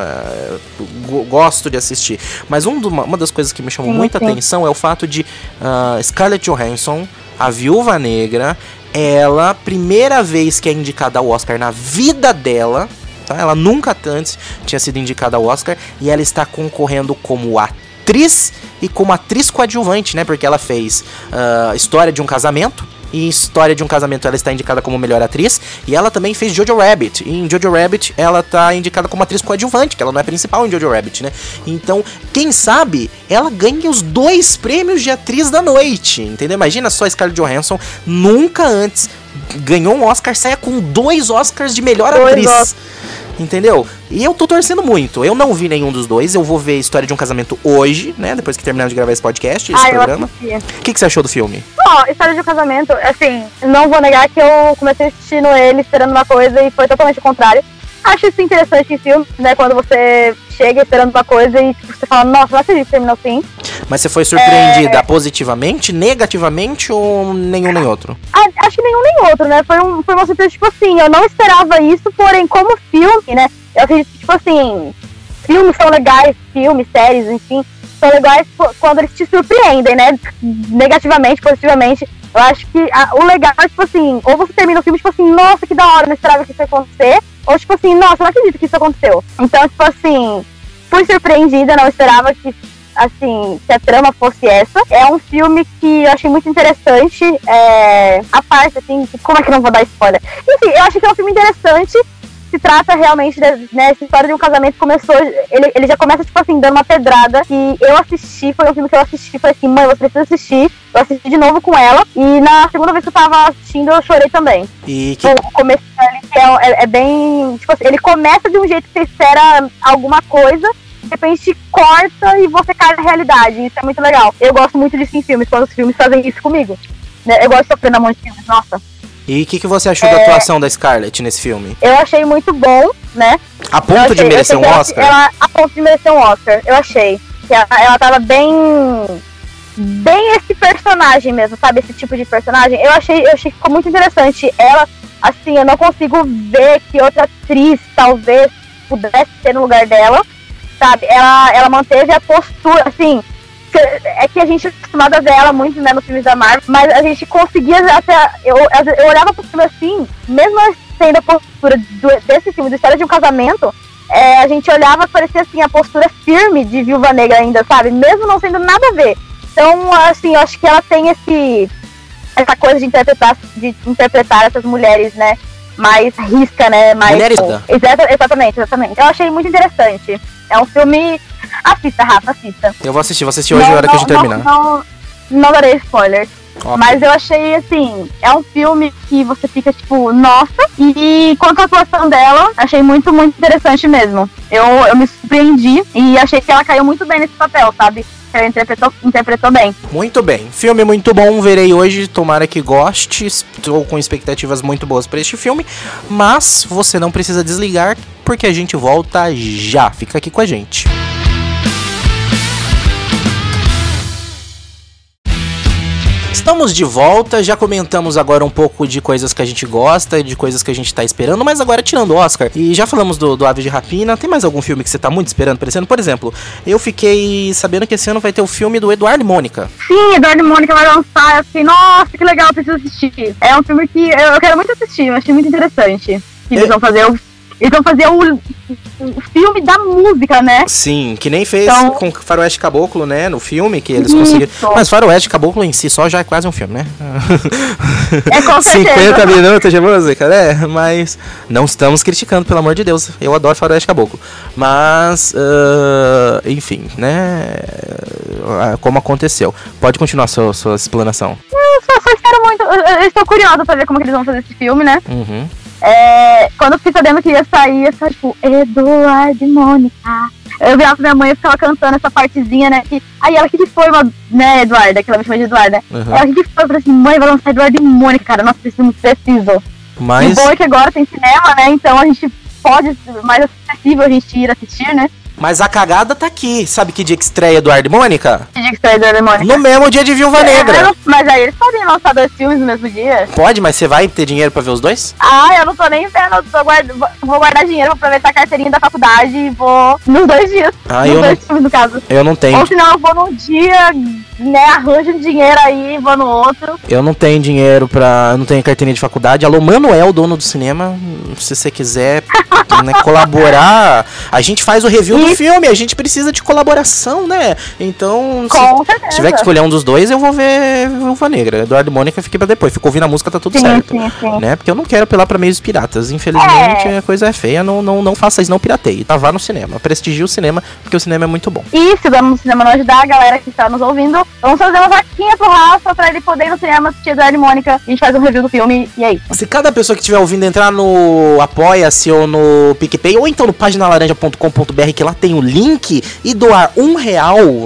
Gosto de assistir. Mas uma das coisas que me chamou muita atenção é o fato de Scarlett Johansson, a Viúva Negra, ela, primeira vez que é indicada ao Oscar na vida dela, tá? Ela nunca antes tinha sido indicada ao Oscar, e ela está concorrendo como atriz e como atriz coadjuvante, né? Porque ela fez História de um Casamento, e em História de um Casamento ela está indicada como melhor atriz, e ela também fez Jojo Rabbit, e em Jojo Rabbit ela está indicada como atriz coadjuvante, que ela não é principal em Jojo Rabbit, né? Então, quem sabe ela ganha os 2 prêmios de atriz da noite, entendeu? Imagina só, Scarlett Johansson nunca antes ganhou um Oscar, saia com 2 Oscars de melhor atriz. Entendeu? E eu tô torcendo muito. Eu não vi nenhum dos dois. Eu vou ver História de um Casamento hoje, né? Depois que terminarmos de gravar esse podcast, esse programa. O que você achou do filme? História de um Casamento, assim, não vou negar que eu comecei assistindo ele esperando uma coisa e foi totalmente o contrário. Acho isso interessante em filme, né? Quando você chega esperando uma coisa e tipo, você fala, nossa, não acredito que terminou assim. Mas você foi surpreendida positivamente, negativamente ou nenhum nem outro? Acho que nenhum nem outro, né? Foi uma surpresa, tipo assim, eu não esperava isso, porém, como filme, né? Eu acredito que, tipo assim, filmes são legais, filmes, séries, enfim, são legais quando eles te surpreendem, né? Negativamente, positivamente. Eu acho que o legal é, tipo assim, ou você termina o filme, tipo assim, nossa, que da hora, não esperava que isso ia acontecer, ou tipo assim, nossa, não acredito que isso aconteceu. Então, tipo assim, fui surpreendida, não esperava que, assim, que a trama fosse essa. É um filme que eu achei muito interessante, a parte, assim, como é que eu não vou dar spoiler? Enfim, eu acho que é um filme interessante. Se trata realmente, né, essa história de um casamento começou, ele já começa, tipo assim, dando uma pedrada, e eu assisti, foi um filme que eu assisti, falei assim, mãe, você precisa assistir, eu assisti de novo com ela, e na segunda vez que eu tava assistindo, eu chorei também. E que... O começo é bem, tipo assim, ele começa de um jeito que você espera alguma coisa, de repente corta e você cai na realidade, isso é muito legal. Eu gosto muito disso em filmes, quando os filmes fazem isso comigo, né? Eu gosto de sofrer na mão de filmes, nossa. E o que você achou da atuação da Scarlett nesse filme? Eu achei muito bom, né? A ponto de merecer um Oscar? A ponto de merecer um Oscar, eu achei. Que ela tava bem esse personagem mesmo, sabe? Esse tipo de personagem. Eu achei que ficou muito interessante. Ela, assim, eu não consigo ver que outra atriz, talvez, pudesse ter no lugar dela, sabe? Ela manteve a postura, assim... É que a gente é acostumado a ver ela muito, né, nos filmes da Marvel, mas a gente conseguia até... Eu olhava pro filme assim, mesmo sendo a postura desse filme, do História de um Casamento, a gente olhava, parecia assim, a postura firme de Viúva Negra ainda, sabe? Mesmo não sendo nada a ver. Então, assim, eu acho que ela tem essa coisa de interpretar essas mulheres, né, mais risca, né, mais... Mulheres Exatamente. Eu achei muito interessante. É um filme... Assista, Rafa, assista. Eu vou assistir hoje na hora que a gente terminar. Não darei spoilers. Ok. Mas eu achei, assim, é um filme que você fica, tipo, nossa. E quanto à atuação dela, achei muito, muito interessante mesmo. Eu me surpreendi e achei que ela caiu muito bem nesse papel, sabe? Ela interpretou bem. Muito bem. Filme muito bom, verei hoje. Tomara que goste. Estou com expectativas muito boas para este filme. Mas você não precisa desligar, porque a gente volta já. Fica aqui com a gente. Estamos de volta, já comentamos agora um pouco de coisas que a gente gosta, de coisas que a gente tá esperando, mas agora tirando o Oscar, e já falamos do Aves de Rapina, tem mais algum filme que você tá muito esperando por esse ano? Por exemplo, eu fiquei sabendo que esse ano vai ter o filme do Eduardo e Mônica. Sim, Eduardo e Mônica vai lançar, eu fiquei, nossa, que legal, eu preciso assistir. É um filme que eu quero muito assistir, eu achei muito interessante. Eles vão fazer o filme da música, né? Sim, que nem fez então, com Faroeste Caboclo, né? No filme, que eles conseguiram. Mas Faroeste Caboclo em si só já é quase um filme, né? É, com certeza. 50 minutos de música, né? Mas não estamos criticando, pelo amor de Deus. Eu adoro Faroeste Caboclo. Mas, enfim, né? Como aconteceu. Pode continuar a sua explanação. Eu só espero muito. Eu estou curiosa pra ver como que eles vão fazer esse filme, né? Uhum. Quando eu fiquei sabendo que ia sair, eu só, tipo, Eduardo e Mônica. Eu virava pra minha mãe e ficava cantando essa partezinha, né? Aí ela, que foi, né, Eduarda? Que ela me chama de Eduarda. Uhum. Ela, que foi? Eu falei assim, mãe, vai lançar Eduardo e Mônica, cara. Nossa, preciso. Mas... E o bom é que agora tem cinema, né? Então a gente pode, mais acessível a gente ir assistir, né? Mas a cagada tá aqui. Sabe que dia que estreia Eduardo e Mônica? Que dia que estreia Eduardo e Mônica? No mesmo dia de Viúva Negra. Mas aí eles podem lançar 2 filmes no mesmo dia? Pode, mas você vai ter dinheiro pra ver os dois? Eu não tô nem vendo. Vou guardar dinheiro, vou aproveitar a carteirinha da faculdade e vou nos 2 dias. Nos 2 filmes, no caso. Eu não tenho. Ou senão eu vou num dia, né, arranjo dinheiro aí, vou no outro. Eu não tenho dinheiro eu não tenho carteirinha de faculdade. Alô, Manuel, dono do cinema, se você quiser né, colaborar, a gente faz o review do filme, a gente precisa de colaboração, né? Então, se tiver que escolher um dos dois, eu vou ver Viúva Negra. Eduardo e Mônica, fiquei pra depois. Fico ouvindo a música, tá tudo certo. Sim. Né? Porque eu não quero apelar pra meios piratas. Infelizmente, a coisa é feia. Não faça isso, não pirateie. Tá? Vá no cinema. Prestigie o cinema, porque o cinema é muito bom. E se o cinema não ajudar a galera que está nos ouvindo, vamos fazer uma vaquinha pro Rafa pra ele poder ir no cinema assistir Eduardo e Mônica. A gente faz um review do filme e é isso. Se cada pessoa que estiver ouvindo entrar no Apoia-se ou no PicPay, ou então no paginalaranja.com.br, que lá tem o link, e doar R$1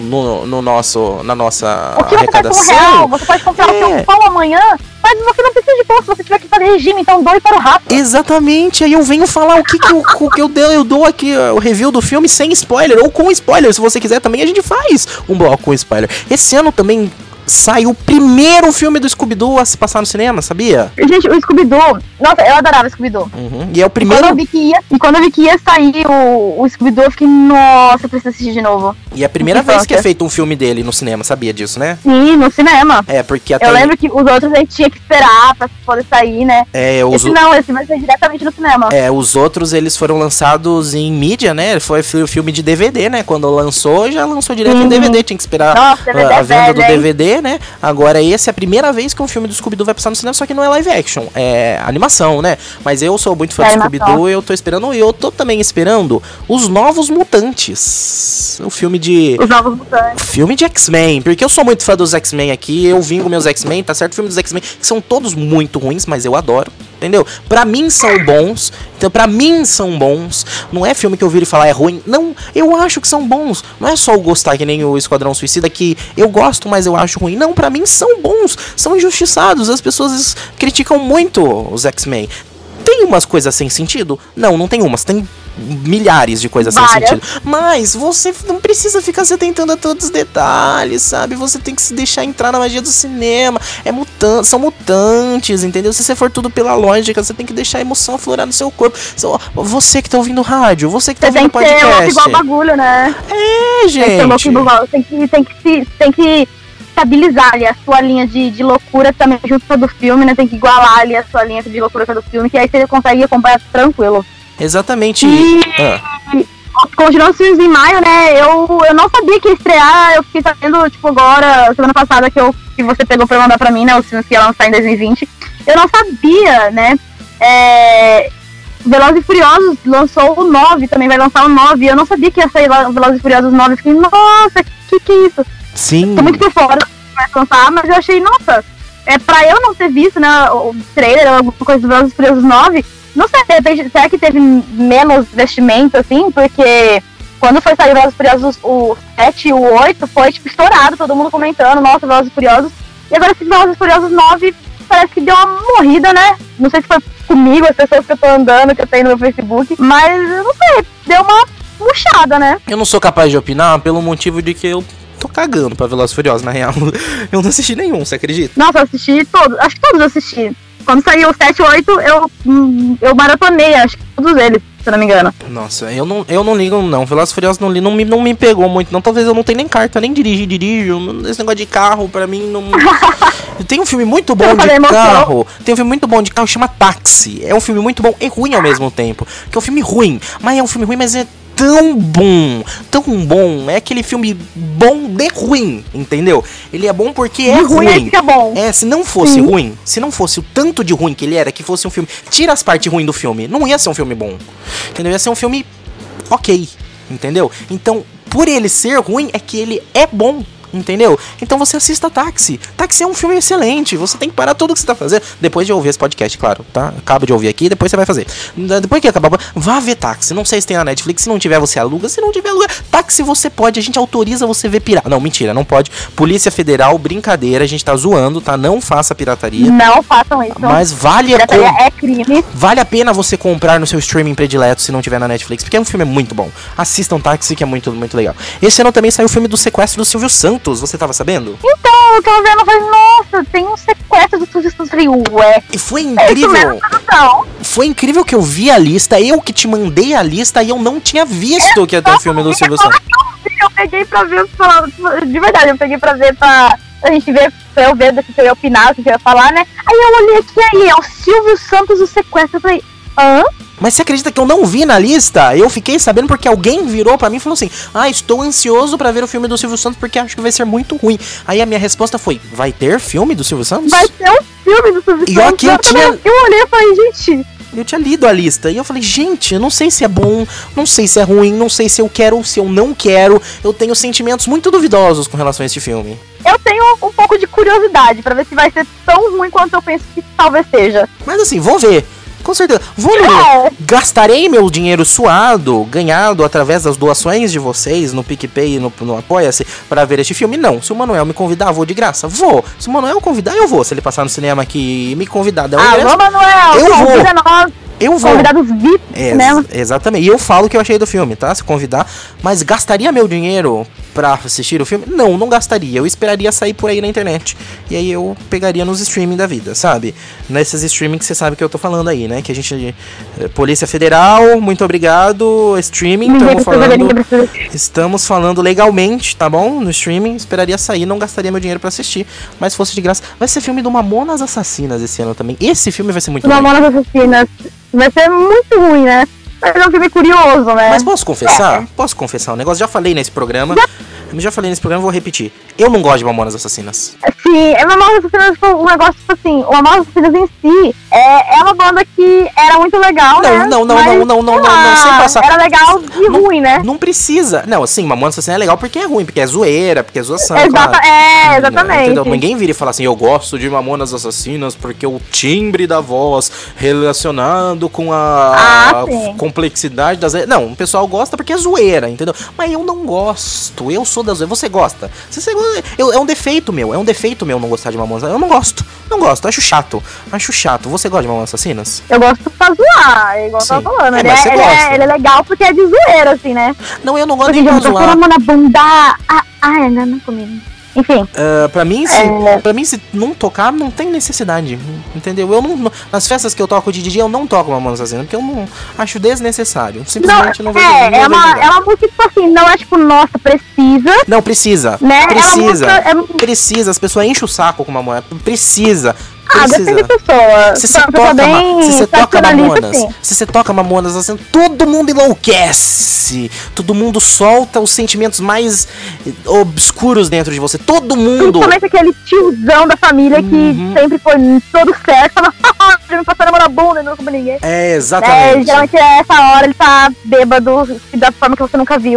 na nossa arrecadação. Você vai com R$1, você pode comprar o seu pão amanhã, mas você não precisa de pão se você tiver que fazer regime, então doe para o Rafa. Exatamente, aí eu venho falar o que eu dou aqui, o review do filme sem spoiler, ou com spoiler, se você quiser também a gente faz um bloco com spoiler. Esse ano também saiu o primeiro filme do Scooby-Doo a se passar no cinema, sabia? Gente, o Scooby-Doo, nossa, eu adorava o Scooby-Doo. Uhum. E é o primeiro... Quando eu vi que ia sair o Scooby-Doo, eu fiquei, nossa, eu preciso assistir de novo. E é a primeira vez que é feito um filme dele no cinema, sabia disso, né? Sim, no cinema. Porque até... Eu lembro que os outros a gente tinha que esperar pra poder sair, né? Esse vai ser diretamente no cinema. Os outros, eles foram lançados em mídia, né? Foi o filme de DVD, né? Quando lançou, já lançou direto em DVD, tinha que esperar a venda do DVD, né? Agora essa é a primeira vez que um filme do Scooby-Doo vai passar no cinema, só que não é live action, é animação, né? Mas eu sou muito fã do Scooby-Doo, eu tô esperando, e eu tô também esperando Os Novos Mutantes. O filme de... Os Novos Mutantes. Filme de X-Men, porque eu sou muito fã dos X-Men aqui, eu vingo meus X-Men, tá certo? O filme dos X-Men, que são todos muito ruins, mas eu adoro. Entendeu? Pra mim são bons. Então, pra mim são bons. Não é filme que eu viro e falar é ruim. Não, eu acho que são bons. Não é só eu gostar, que nem o Esquadrão Suicida, que eu gosto, mas eu acho ruim. Não, pra mim são bons. São injustiçados. As pessoas criticam muito os X-Men. Tem umas coisas sem sentido? Não tem umas. Tem milhares de coisas sem sentido. Mas você não precisa ficar se atentando a todos os detalhes, sabe? Você tem que se deixar entrar na magia do cinema. São mutantes, entendeu? Se você for tudo pela lógica, você tem que deixar a emoção aflorar no seu corpo. Você que tá ouvindo rádio, você que tá ouvindo podcast. Tem que ser igual bagulho, né? Gente. Tem que estabilizar ali a sua linha de loucura também junto com a do filme, né? Tem que igualar ali a sua linha de loucura com a do filme, que aí você consegue acompanhar tranquilo. Exatamente. Continuando os filmes em maio, né? Eu não sabia que ia estrear. Eu fiquei sabendo, tipo, agora, semana passada, que você pegou pra mandar pra mim, né? Os filmes que ia lançar em 2020. Eu não sabia, né? Velozes e Furiosos lançou o 9, também vai lançar o 9. Eu não sabia que ia sair Velozes e Furiosos 9. Eu fiquei, nossa, que é isso? Sim. Tô muito por fora, vai lançar, mas eu achei, nossa, pra eu não ter visto, né, o trailer ou alguma coisa do Velozes e Furiosos 9, não sei, de repente, será que teve menos investimento, assim? Porque quando foi sair o Velozes e Furiosos, o 7 e o 8, foi, tipo, estourado, todo mundo comentando, nossa, Velozes e Furiosos. E agora esse Velozes e Furiosos 9 parece que deu uma morrida, né? Não sei se foi comigo, as pessoas que eu tô andando, que eu tenho no meu Facebook, mas eu não sei, deu uma murchada, né? Eu não sou capaz de opinar pelo motivo de que eu tô cagando pra Velozes e Furiosos, na real. Eu não assisti nenhum, você acredita? Nossa, eu assisti todos, acho que todos eu assisti. Quando saiu o 7 e 8, eu maratonei, acho que todos eles, se eu não me engano. Nossa, eu não ligo, não. Velozes e Furiosos não me pegou muito, não. Talvez eu não tenha nem carta, nem dirijo. Esse negócio de carro, pra mim, não... Tem um filme muito bom de carro. Tem um filme muito bom de carro, chama Táxi. É um filme muito bom e ruim ao mesmo tempo. Que é um filme ruim, mas é um filme ruim, mas é tão bom, é aquele filme bom de ruim, entendeu? Ele é bom porque é ruim. É bom. Se não fosse ruim, se não fosse o tanto de ruim que ele era, que fosse um filme, tira as partes ruins do filme, não ia ser um filme bom, entendeu? Ia ser um filme ok, entendeu? Então, por ele ser ruim, é que ele é bom. Entendeu? Então você assista Táxi. Táxi é um filme excelente. Você tem que parar tudo que você tá fazendo. Depois de ouvir esse podcast, claro, tá? Acaba de ouvir aqui, depois você vai fazer. Depois que acabar, vá ver Táxi. Não sei se tem na Netflix. Se não tiver, você aluga. Se não tiver, aluga. Táxi você pode. A gente autoriza você ver pirata. Não, mentira, não pode. Polícia Federal, brincadeira. A gente tá zoando, tá? Não faça pirataria. Não façam isso. Mas vale é crime. Vale a pena você comprar no seu streaming predileto se não tiver na Netflix. Porque é um filme muito bom. Assistam Táxi, que é muito, muito legal. Esse ano também saiu o filme do sequestro do Silvio Santos. Você tava sabendo? Então, eu tava vendo, eu falei, nossa, tem um sequestro do Silvio Santos. Eu falei, ué. E foi incrível. Foi incrível que eu vi a lista, eu que te mandei a lista e eu não tinha visto que ia ter o filme do Silvio Santos. Eu peguei pra ver, de verdade, eu peguei pra ver pra gente ver, pra eu ver se eu ia opinar, se eu ia falar, né? Aí eu olhei aqui, aí é o Silvio Santos o sequestro. Eu falei, hã? Mas você acredita que eu não vi na lista? Eu fiquei sabendo porque alguém virou pra mim e falou assim: estou ansioso pra ver o filme do Silvio Santos porque acho que vai ser muito ruim. Aí a minha resposta foi: vai ter filme do Silvio Santos? Vai ter um filme do Silvio Santos. Aqui eu olhei e falei, gente... Eu tinha lido a lista e eu falei, gente, eu não sei se é bom, não sei se é ruim, não sei se eu quero ou se eu não quero. Eu tenho sentimentos muito duvidosos com relação a esse filme. Eu tenho um pouco de curiosidade pra ver se vai ser tão ruim quanto eu penso que talvez seja. Mas assim, vou ver. Com certeza. Vou ler. Gastarei meu dinheiro suado, ganhado através das doações de vocês no PicPay e no Apoia-se para ver este filme? Não. Se o Manuel me convidar, vou de graça. Vou. Se o Manuel convidar, eu vou. Se ele passar no cinema aqui e me convidar, der um ingresso, alô, Manuel! Eu vou. Nós. Eu vou. Convidados VIP, né? Exatamente. E eu falo o que eu achei do filme, tá? Se convidar. Mas gastaria meu dinheiro pra assistir o filme? Não gastaria. Eu esperaria sair por aí na internet. E aí eu pegaria nos streaming da vida, sabe? Nesses streaming que você sabe que eu tô falando aí, né? Que a gente... Polícia Federal, muito obrigado. Streaming, estamos falando legalmente, tá bom? No streaming, esperaria sair, não gastaria meu dinheiro pra assistir. Mas se fosse de graça. Vai ser filme do Mamonas Assassinas esse ano também. Esse filme vai ser muito bom. Mamonas Assassinas. Vai ser muito ruim, né? Mas é um filme curioso, né? Mas posso confessar? Posso confessar um negócio? Já falei nesse programa. Vou repetir. Eu não gosto de Mamonas Assassinas. Sim, Mamonas Assassinas foi um negócio, tipo assim, o Mamonas Assassinas em si é uma banda que era muito legal, né? Não, sem passar. Era legal e ruim, né? Não precisa. Não, assim, Mamonas Assassinas é legal porque é ruim, porque é zoeira, porque é zoação. Exatamente. Entendeu? Ninguém vira e fala assim, eu gosto de Mamonas Assassinas porque o timbre da voz relacionado com a complexidade das... Não, o pessoal gosta porque é zoeira, entendeu? Mas eu não gosto, eu sou da zoeira. Você gosta? É um defeito meu não gostar de Mamonas. Eu não gosto, acho chato. Você gosta de Mamonas Assassinas? Eu gosto pra zoar, igual eu tava falando. Ele é legal porque é de zoeira, assim, né? Não, eu não gosto nem pra zoar. Na bunda. Não comigo. Enfim. Pra mim, se não tocar, não tem necessidade. Entendeu? Eu não. Nas festas que eu toco de DJ, eu não toco Mamonas Assassinas, porque eu não acho desnecessário. Simplesmente não vejo. É uma música, tipo assim, não é tipo, nossa, precisa. Não, precisa. Né? Precisa. As pessoas enchem o saco com uma mulher. Precisa. Depende da pessoa. Se você toca Mamonas assim, todo mundo enlouquece. Todo mundo solta os sentimentos mais obscuros dentro de você. Todo mundo. Principalmente aquele tiozão da família que sempre foi todo certo. Fala, já me passou na bunda e não como ninguém. Exatamente. Geralmente essa hora ele tá bêbado da forma que você nunca viu.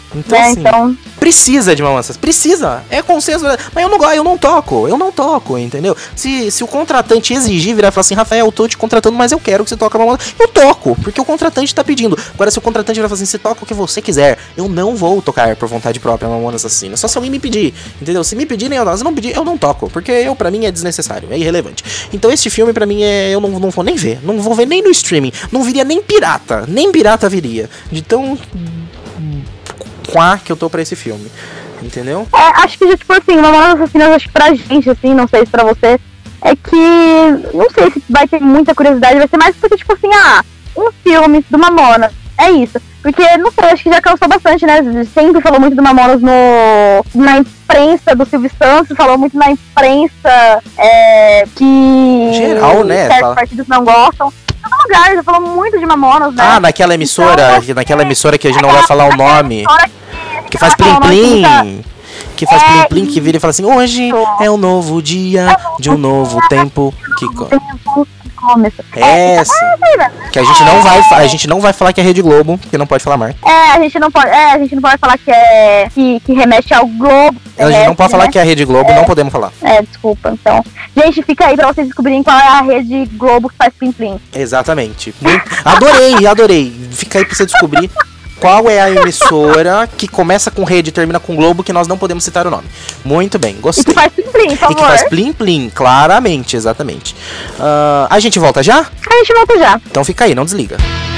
Então, né? assim, Então, precisa de Mamonas Assassinas. Precisa. É consenso. Mas eu não toco, entendeu? Se o contratante exigir, virar e falar assim, Rafael, eu tô te contratando, mas eu quero que você toque a Mamonas, eu toco, porque o contratante tá pedindo. Agora, se o contratante virar e falar assim, você toca o que você quiser, eu não vou tocar por vontade própria Mamonas Assassinas. Só se alguém me pedir, entendeu? Se me pedirem, se não pedir, eu não toco, porque pra mim é desnecessário, é irrelevante. Então, este filme, pra mim, eu não vou nem ver. Não vou ver nem no streaming. Não viria nem pirata. Nem pirata viria. De tão... que eu tô pra esse filme, entendeu? acho que, tipo assim, Mamonas Assassinas, acho que pra gente, assim, não sei se pra você, é que, não sei se vai ter muita curiosidade, vai ser mais porque, tipo assim, um filme do Mamonas, é isso. Porque, não sei, acho que já cansou bastante, né? Sempre falou muito do Mamonas na imprensa do Silvio Santos, falou muito na imprensa que... geral, né? certos partidos não gostam. Em todo lugar, já falou muito de Mamonas, né? Naquela emissora, então, naquela emissora que a gente não vai falar o nome. Que faz plim-plim. Que faz plim-plim, que vira e fala assim, hoje é um novo dia de um novo tempo que começa. Essa. Que a gente não vai falar que é Rede Globo, porque não pode falar marca. A gente não pode falar que remete ao Globo. A gente não pode falar que é a Rede Globo, não podemos falar. Desculpa, então. Gente, fica aí pra vocês descobrirem qual é a Rede Globo que faz plim-plim. Exatamente. Adorei. Fica aí pra você descobrir qual é a emissora que começa com Rede e termina com Globo, que nós não podemos citar o nome. Muito bem, gostei. E que faz plim-plim, por favor. E que faz plim-plim, claramente, exatamente. A gente volta já? A gente volta já. Então fica aí, não desliga.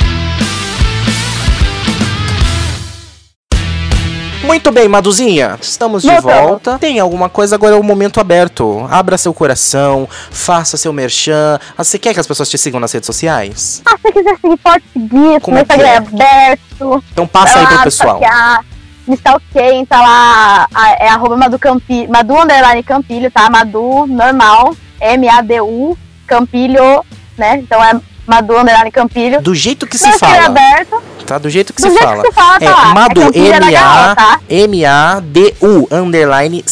Muito bem, Maduzinha, estamos de volta. Tem alguma coisa, agora é o momento aberto. Abra seu coração, faça seu merchan. Você quer que as pessoas te sigam nas redes sociais? Se você quiser seguir, pode seguir. Como meu Instagram é aberto. Então passa aí pro pessoal. Me stalkeiem, tá lá, é @Madu_Campilho, tá? Madu, normal, MADU, Campilho, né? Então é Madu_Campilho. Do jeito que se fala. Aberto. Tá? Do jeito que Do se jeito fala. Que se fala, tá lá. Madu, MADU, underline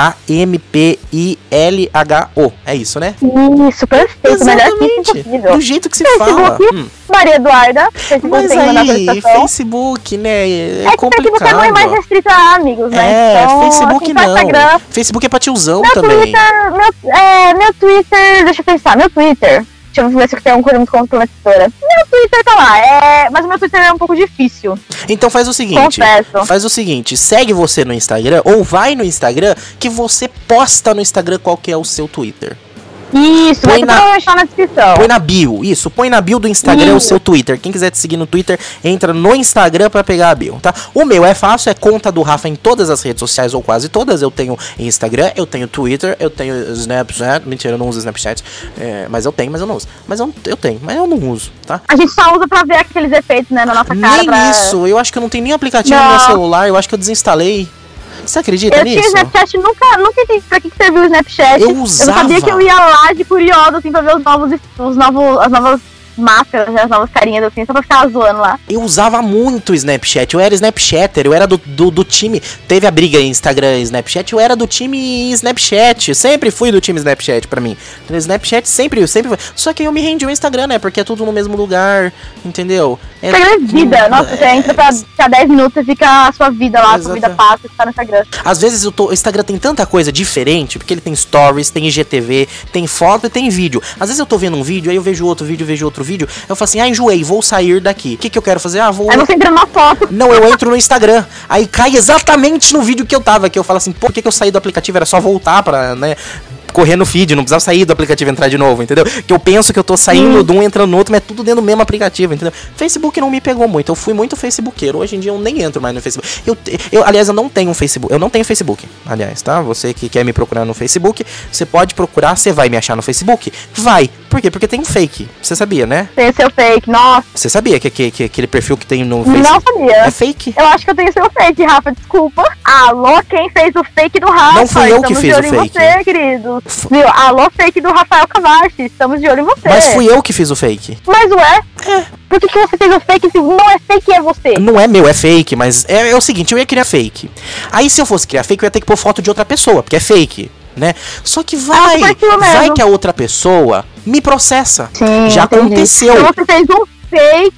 CAMPILHO. É isso, né? Isso, perfeito. Melhor que impossível. Do jeito que se Facebook, fala. Maria Eduarda. Facebook mas tem aí, Facebook, né? É complicado. Facebook é mais restrito a amigos, né? Então, Facebook assim, não. Instagram, Facebook é pra tiozão meu também. Twitter, meu Twitter, deixa eu pensar, meu Twitter. Deixa eu ver se tem alguma coisa muito comprometedora. Meu Twitter tá lá, mas o meu Twitter é um pouco difícil. Então faz o seguinte. Confesso. Faz o seguinte, segue você no Instagram, ou vai no Instagram, que você posta no Instagram qual que é o seu Twitter. Isso, vai deixar na descrição. Põe na bio, isso. Põe na bio do Instagram o seu Twitter. Quem quiser te seguir no Twitter, entra no Instagram pra pegar a bio, tá? O meu é fácil, é conta do Rafa em todas as redes sociais, ou quase todas. Eu tenho Instagram, eu tenho Twitter, eu tenho Snapchat. Mentira, eu não uso Snapchat. Mas eu tenho, mas eu não uso. Mas eu tenho, mas eu não uso, tá? A gente só usa pra ver aqueles efeitos, né, na nossa cara. Nem isso, eu acho que eu não tenho nem aplicativo no meu celular, eu acho que eu desinstalei. Você acredita nisso? Eu tinha Snapchat, nunca entendi pra que serviu o Snapchat. Eu usava. Eu sabia que eu ia lá de curiosa, assim, pra ver as novas máscaras, né, as novas carinhas, assim, só pra ficar zoando lá. Eu usava muito o Snapchat, eu era Snapchatter, eu era do time, teve a briga em Instagram e Snapchat, eu era do time Snapchat, sempre fui do time Snapchat pra mim. O Snapchat sempre foi. Só que eu me rendi ao Instagram, né, porque é tudo no mesmo lugar, entendeu? Instagram é vida, nossa, você entra pra ficar 10 minutos e fica a sua vida lá, a sua vida passa e tá no Instagram. Às vezes o Instagram tem tanta coisa diferente, porque ele tem stories, tem IGTV, tem foto e tem vídeo. Às vezes eu tô vendo um vídeo, aí eu vejo outro vídeo, eu falo assim, enjoei, vou sair daqui. O que eu quero fazer? Vou... Aí você entra numa foto. Não, eu entro no Instagram. Aí cai exatamente no vídeo que eu tava, que eu falo assim, por que eu saí do aplicativo? Era só voltar pra, né, correr no feed, não precisava sair do aplicativo e entrar de novo, entendeu? Que eu penso que eu tô saindo de um, entrando no outro, mas é tudo dentro do mesmo aplicativo, entendeu? Facebook não me pegou muito, eu fui muito facebookeiro. Hoje em dia eu nem entro mais no Facebook. Aliás, eu não tenho um Facebook, eu não tenho Facebook, aliás, tá? Você que quer me procurar no Facebook, você pode procurar, você vai me achar no Facebook? Vai. Por quê? Porque tem um fake, você sabia, né? Tem seu fake, nossa. Você sabia que aquele perfil que tem no Facebook não sabia. É fake? Eu acho que eu tenho seu fake, Rafa, desculpa. Alô, quem fez o fake do Rafa? Não fui eu que fiz o fake. Estamos de olho em você, querido. Viu? Alô, fake do Rafael Cavachi, estamos de olho em você. Mas fui eu que fiz o fake. Mas ué? Por que você fez o fake se não é fake, é você? Não é meu, é fake, mas é o seguinte, eu ia criar fake. Aí se eu fosse criar fake, eu ia ter que pôr foto de outra pessoa, porque é fake, né? Só que vai que a outra pessoa me processa. Sim, já entendi. aconteceu. Então você fez um fake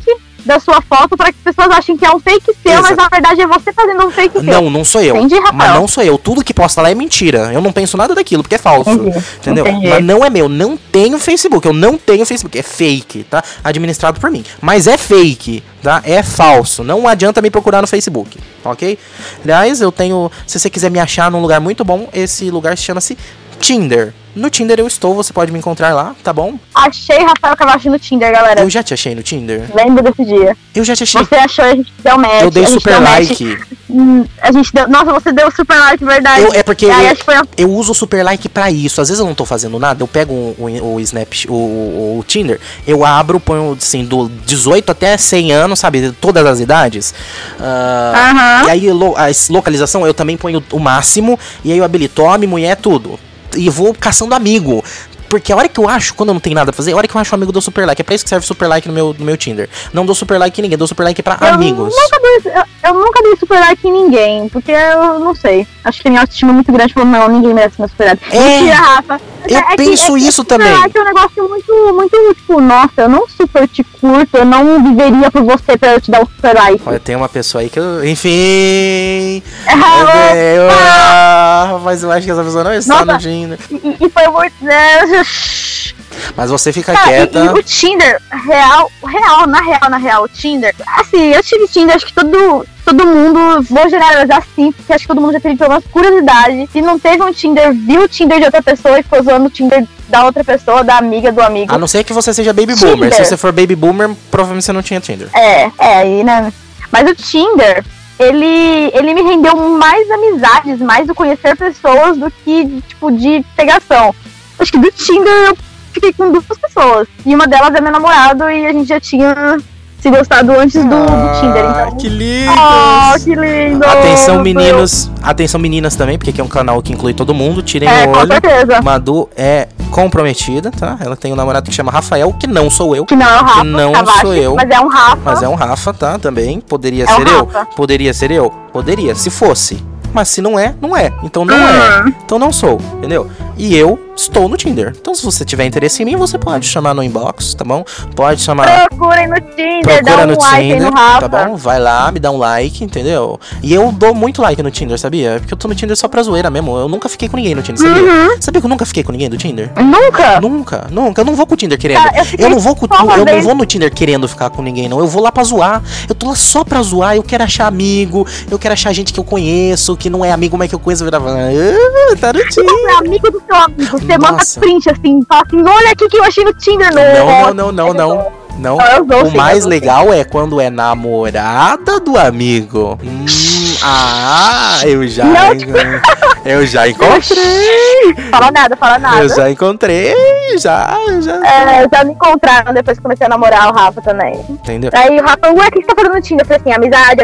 da sua foto pra que as pessoas achem que é um fake seu, mas na verdade é você fazendo um fake seu. Não sou eu. Entendi, Rafael. Mas não sou eu. Tudo que posta lá é mentira. Eu não penso nada daquilo, porque é falso. Entendeu? Mas não é meu. Não tenho Facebook. Eu não tenho Facebook. É fake, tá? Administrado por mim. Mas é fake, tá? É falso. Não adianta me procurar no Facebook, ok? Aliás, eu tenho... Se você quiser me achar num lugar muito bom, esse lugar chama-se Tinder. No Tinder eu estou, você pode me encontrar lá, tá bom? Achei Rafael Cavachi no Tinder, galera. Eu já te achei no Tinder. Lembro desse dia. Eu já te achei. Você achou e a gente deu match. Eu dei super like. A gente deu... Nossa, você deu super like, verdade. É porque foi... eu uso o super like pra isso. Às vezes eu não tô fazendo nada, eu pego o Snap, o Tinder, eu abro, ponho assim, do 18 até 100 anos, sabe? Todas as idades. E aí a localização eu também ponho o máximo, e aí eu habilito homem, mulher, tudo. E vou caçando amigo. Porque a hora que eu acho, quando eu não tenho nada a fazer, a hora que eu acho um amigo, eu dou super like. É pra isso que serve super like no meu Tinder. Não dou super like em ninguém, dou super like pra amigos. Eu nunca dei super like em ninguém, porque eu não sei. Acho que a minha autoestima é muito grande, falando, não, ninguém merece meu super like. Mentira, Rafa. Eu penso isso também. Super like é um negócio muito, tipo, nossa, eu não super te curto, eu não viveria por você pra eu te dar um super like. Olha, tem uma pessoa aí que eu... Enfim... Mas eu acho que essa pessoa não está no Tinder. E foi muito... Mas você fica quieta. E o Tinder, na real, o Tinder... Assim, eu tive Tinder, acho que todo mundo, vou generalizar assim, porque acho que todo mundo já teve pelo menos curiosidade. Se não teve um Tinder, viu o Tinder de outra pessoa e ficou zoando o Tinder da outra pessoa, da amiga, do amigo. A não ser que você seja baby boomer. Se você for baby boomer, provavelmente você não tinha Tinder. Aí, né? Mas o Tinder... Ele me rendeu mais amizades, mais do conhecer pessoas do que, tipo, de pegação. Acho que do Tinder eu fiquei com 2 pessoas. E uma delas é meu namorado e a gente já tinha se gostado antes do Tinder. Então... Que lindo! Que lindo! Atenção meninas também, porque aqui é um canal que inclui todo mundo. Tirem o olho. Com certeza. Madu é comprometida, tá? Ela tem um namorado que chama Rafael, que não sou eu. Que não é o Rafa, que não Cavachi, sou eu. Mas é um Rafa. Mas é um Rafa, tá? Também. Poderia ser eu. Poderia ser eu? Poderia, se fosse. Mas se não é, não é. Então não é. Então não sou, entendeu? E eu estou no Tinder. Então se você tiver interesse em mim, você pode chamar no inbox, tá bom? Pode chamar... Procurem no Tinder, dá um like aí no Rafa. Tá bom? Vai lá, me dá um like, entendeu? E eu dou muito like no Tinder, sabia? Porque eu tô no Tinder só pra zoeira mesmo. Eu nunca fiquei com ninguém no Tinder, sabia? Sabia que eu nunca fiquei com ninguém do Tinder? Nunca? Nunca. Eu não vou com o Tinder querendo. Eu não vou no Tinder querendo ficar com ninguém, não. Eu vou lá pra zoar. Eu tô lá só pra zoar. Eu quero achar amigo. Eu quero achar gente que eu conheço, que não é amigo, mas que eu conheço. Tá no Tinder. Você é amigo do seu amigo. Você manda print assim, fala assim, olha aqui que eu achei no Tinder. Não. O mais legal é quando é namorada do amigo. Eu já encontrei. Fala nada. Eu já encontrei, já. Já me encontraram depois que comecei a namorar o Rafa também. Entendeu? Aí o Rafa, ué, o que você tá fazendo no Tinder? Eu falei assim, amizade.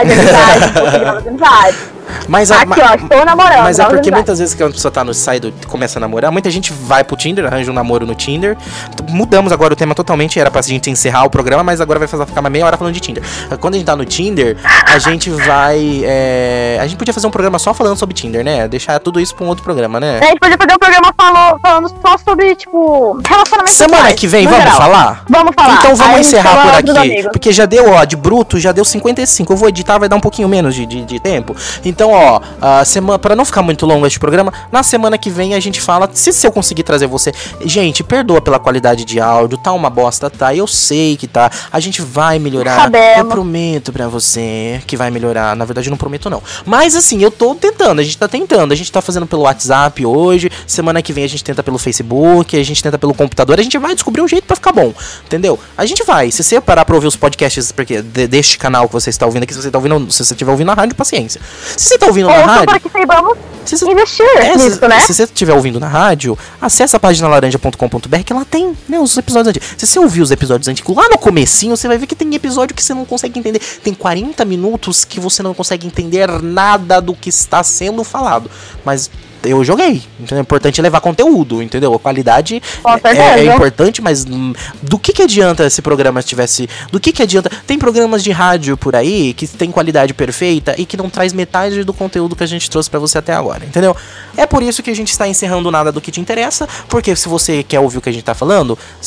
Mas aqui, ó, estou namorando. Mas é porque muitas vezes que a pessoa tá no site e começa a namorar, muita gente vai pro Tinder, arranja um namoro no Tinder. Mudamos agora o tema totalmente, era pra gente encerrar o programa, mas agora vai ficar uma meia hora falando de Tinder. Quando a gente tá no Tinder, a gente vai... A gente podia fazer um programa só falando sobre Tinder, né? Deixar tudo isso pra um outro programa, né? A gente podia fazer um programa falando só sobre, tipo, relacionamento. Semana que vem, vamos falar? Vamos falar. Então vamos encerrar por aqui. Porque já deu, ó, de bruto, já deu 55. Eu vou editar, vai dar um pouquinho menos de tempo. Então, ó, pra não ficar muito longo este programa, na semana que vem a gente fala, se eu conseguir trazer você... Gente, perdoa pela qualidade de áudio, tá uma bosta, tá? Eu sei que tá. A gente vai melhorar. Sabemos. Eu prometo pra você que vai melhorar. Na verdade, eu não prometo, não. Mas, assim, eu tô tentando, a gente tá tentando. A gente tá fazendo pelo WhatsApp hoje, semana que vem a gente tenta pelo Facebook, a gente tenta pelo computador, a gente vai descobrir um jeito pra ficar bom, entendeu? A gente vai. Se você parar pra ouvir os podcasts deste canal que você está ouvindo aqui, se você estiver ouvindo na rádio, paciência. Se você tá ouvindo na rádio... para que saibamos investir nisso, né? Se você estiver ouvindo na rádio, acessa a página laranja.com.br, que lá tem, né, os episódios antigos. Se você ouvir os episódios antigos lá no comecinho, você vai ver que tem episódio que você não consegue entender. Tem 40 minutos que você não consegue entender nada do que está sendo falado. Mas... eu joguei, então é importante levar conteúdo, entendeu? A qualidade é importante, mas do que adianta esse programa se tivesse... Do que adianta... Tem programas de rádio por aí que tem qualidade perfeita e que não traz metade do conteúdo que a gente trouxe pra você até agora, entendeu? É por isso que a gente está encerrando Nada do que te interessa, porque se você quer ouvir o que a gente tá falando...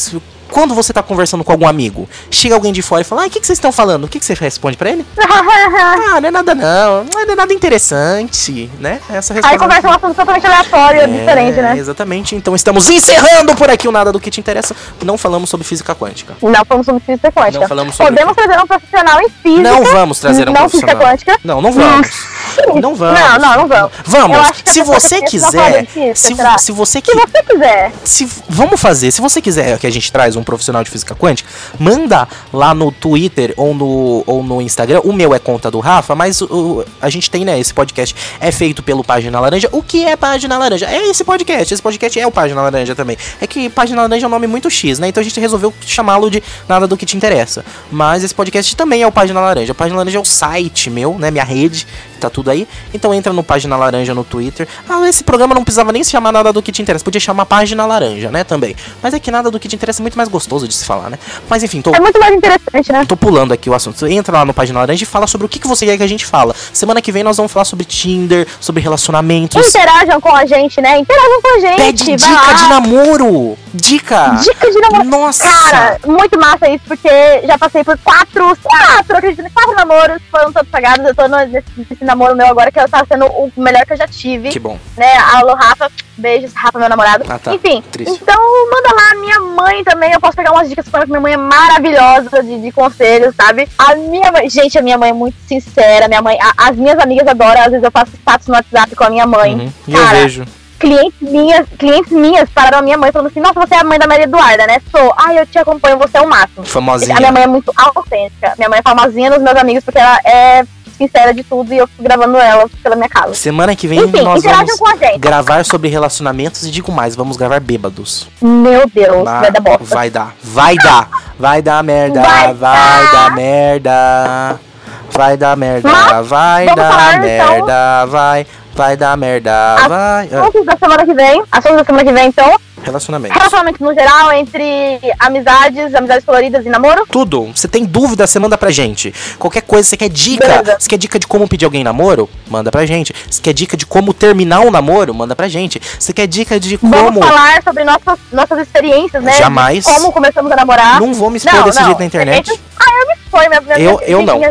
Quando você tá conversando com algum amigo, chega alguém de fora e fala, o que vocês estão falando? O que você responde pra ele? Não é nada não é nada interessante, né? Essa resposta. Aí conversa um assunto totalmente aleatório, diferente, né? Exatamente, então estamos encerrando por aqui o Nada do que te interessa. Não falamos sobre física quântica. Não falamos sobre física quântica. Não falamos sobre Podemos trazer um profissional em física. Não vamos trazer um não profissional. Física quântica. Não vamos. Não vamos. Não vamos. Vamos. Se você quiser, se você quiser. Vamos fazer. Se você quiser que a gente traz um profissional de física quântica, manda lá no Twitter ou no Instagram. O meu é conta do Rafa, mas a gente tem, né? Esse podcast é feito pelo Página Laranja. O que é Página Laranja? É esse podcast. Esse podcast é o Página Laranja também. É que Página Laranja é um nome muito X, né? Então a gente resolveu chamá-lo de Nada do que te interessa. Mas esse podcast também é o Página Laranja. A Página Laranja é o site meu, né? Minha rede. Tá tudo aí. Então entra no Página Laranja no Twitter. Esse programa não precisava nem se chamar Nada do que te interessa. Podia chamar Página Laranja, né? Também. Mas é que Nada do que te interessa é muito mais gostoso de se falar, né? Mas enfim, é muito mais interessante, né? Tô pulando aqui o assunto. Entra lá no Página Laranja e fala sobre o que você quer que a gente fala. Semana que vem nós vamos falar sobre Tinder, sobre relacionamentos. Interajam com a gente, né? Interajam com a gente. Pede dica de namoro. Dica de namoro. Nossa. Cara, muito massa isso, porque já passei por quatro namoros, foram todos pagados. Eu tô nesse namoro meu agora, que tá sendo o melhor que eu já tive. Que bom. Né? Alô, Rafa. Beijos, Rafa, meu namorado. Tá. Enfim, Triste. então manda lá, minha mãe também. Eu posso pegar umas dicas com ela, que minha mãe é maravilhosa de conselhos, sabe? A minha mãe, gente, a minha mãe é muito sincera. Minha mãe, as minhas amigas adoram. Às vezes eu faço status no WhatsApp com a minha mãe. Uhum. E cara, eu vejo. Clientes minhas pararam a minha mãe falando assim, nossa, você é a mãe da Maria Eduarda, né? Sou. Eu te acompanho, você é o máximo. Famosinha. A minha mãe é muito autêntica. Minha mãe é famosinha nos meus amigos, porque ela é sincera de tudo e eu fico gravando ela pela minha casa. Semana que vem Enfim, nós vamos com a gente. gravar sobre relacionamentos e digo mais, vamos gravar bêbados. Meu Deus, vai dar bosta. Vai dar merda, vai dar merda. Vai dar merda, Mas, vai vamos dar falar, merda, então, vai dar merda, vai. Assuntos da semana que vem, então. Relacionamentos no geral, entre amizades coloridas e namoro. Tudo. Você tem dúvida, você manda pra gente. Qualquer coisa, você quer dica. Beleza. Você quer dica de como pedir alguém em namoro? Manda pra gente. Você quer dica de como terminar um namoro? Manda pra gente. Você quer dica de como... Vamos falar sobre nossas experiências, né? Jamais. De como começamos a namorar. Não vou me expor desse jeito na internet. Eu me exponho. Eu não.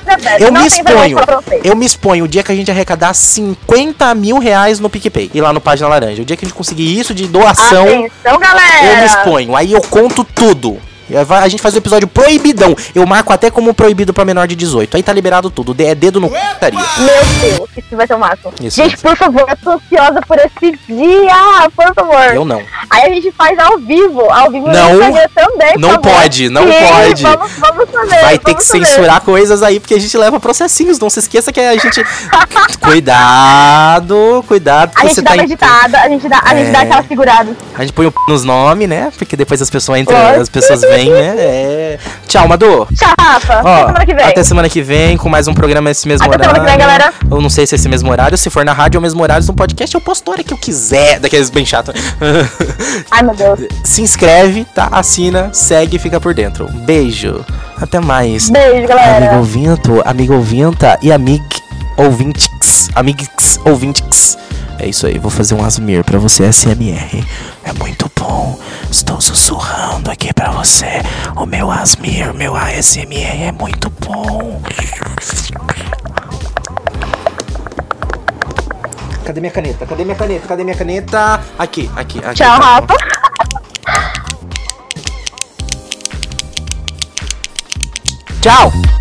Eu me exponho o dia que a gente arrecadar 50 mil reais no PicPay. E lá no Página Laranja. O dia que a gente conseguir isso de doação... Atenção, galera! Eu me exponho. Aí eu conto tudo. A gente faz o episódio proibidão. Eu marco até como proibido pra menor de 18. Aí tá liberado tudo. É dedo no putaria. Meu Deus, isso vai ser o máximo. Isso, gente, por favor, eu tô ansiosa por esse dia. Por favor. Eu não. Aí a gente faz ao vivo não, no Instagram também. Não pode, não pode. Vamos fazer. Vai ter que censurar coisas aí, porque a gente leva processinhos. Não se esqueça que a gente... Cuidado. A gente dá uma editada, a gente dá aquela segurada. A gente põe o nos nomes, né? Porque depois as pessoas entram, as pessoas vêm, né? Tchau, Madu. Tchau, Rafa. Até semana que vem. Até semana que vem, com mais um programa nesse mesmo horário. Até semana que vem, galera. Eu não sei se é esse mesmo horário. Se for na rádio, é o mesmo horário. Se no podcast, eu posto a hora que eu quiser. Daqueles bem chato. Ai, meu Deus. Se inscreve, tá? Assina, segue e fica por dentro. Beijo. Até mais. Beijo, galera. Amigo ouvinto, amigo ouvinta e amigues ouvintes. É isso aí, vou fazer um Asmir pra você, SMR. É muito bom. Estou sussurrando aqui pra você. O meu Asmir, meu ASMR é muito bom. Cadê minha caneta? Aqui. Tchau, Rafa. Tchau.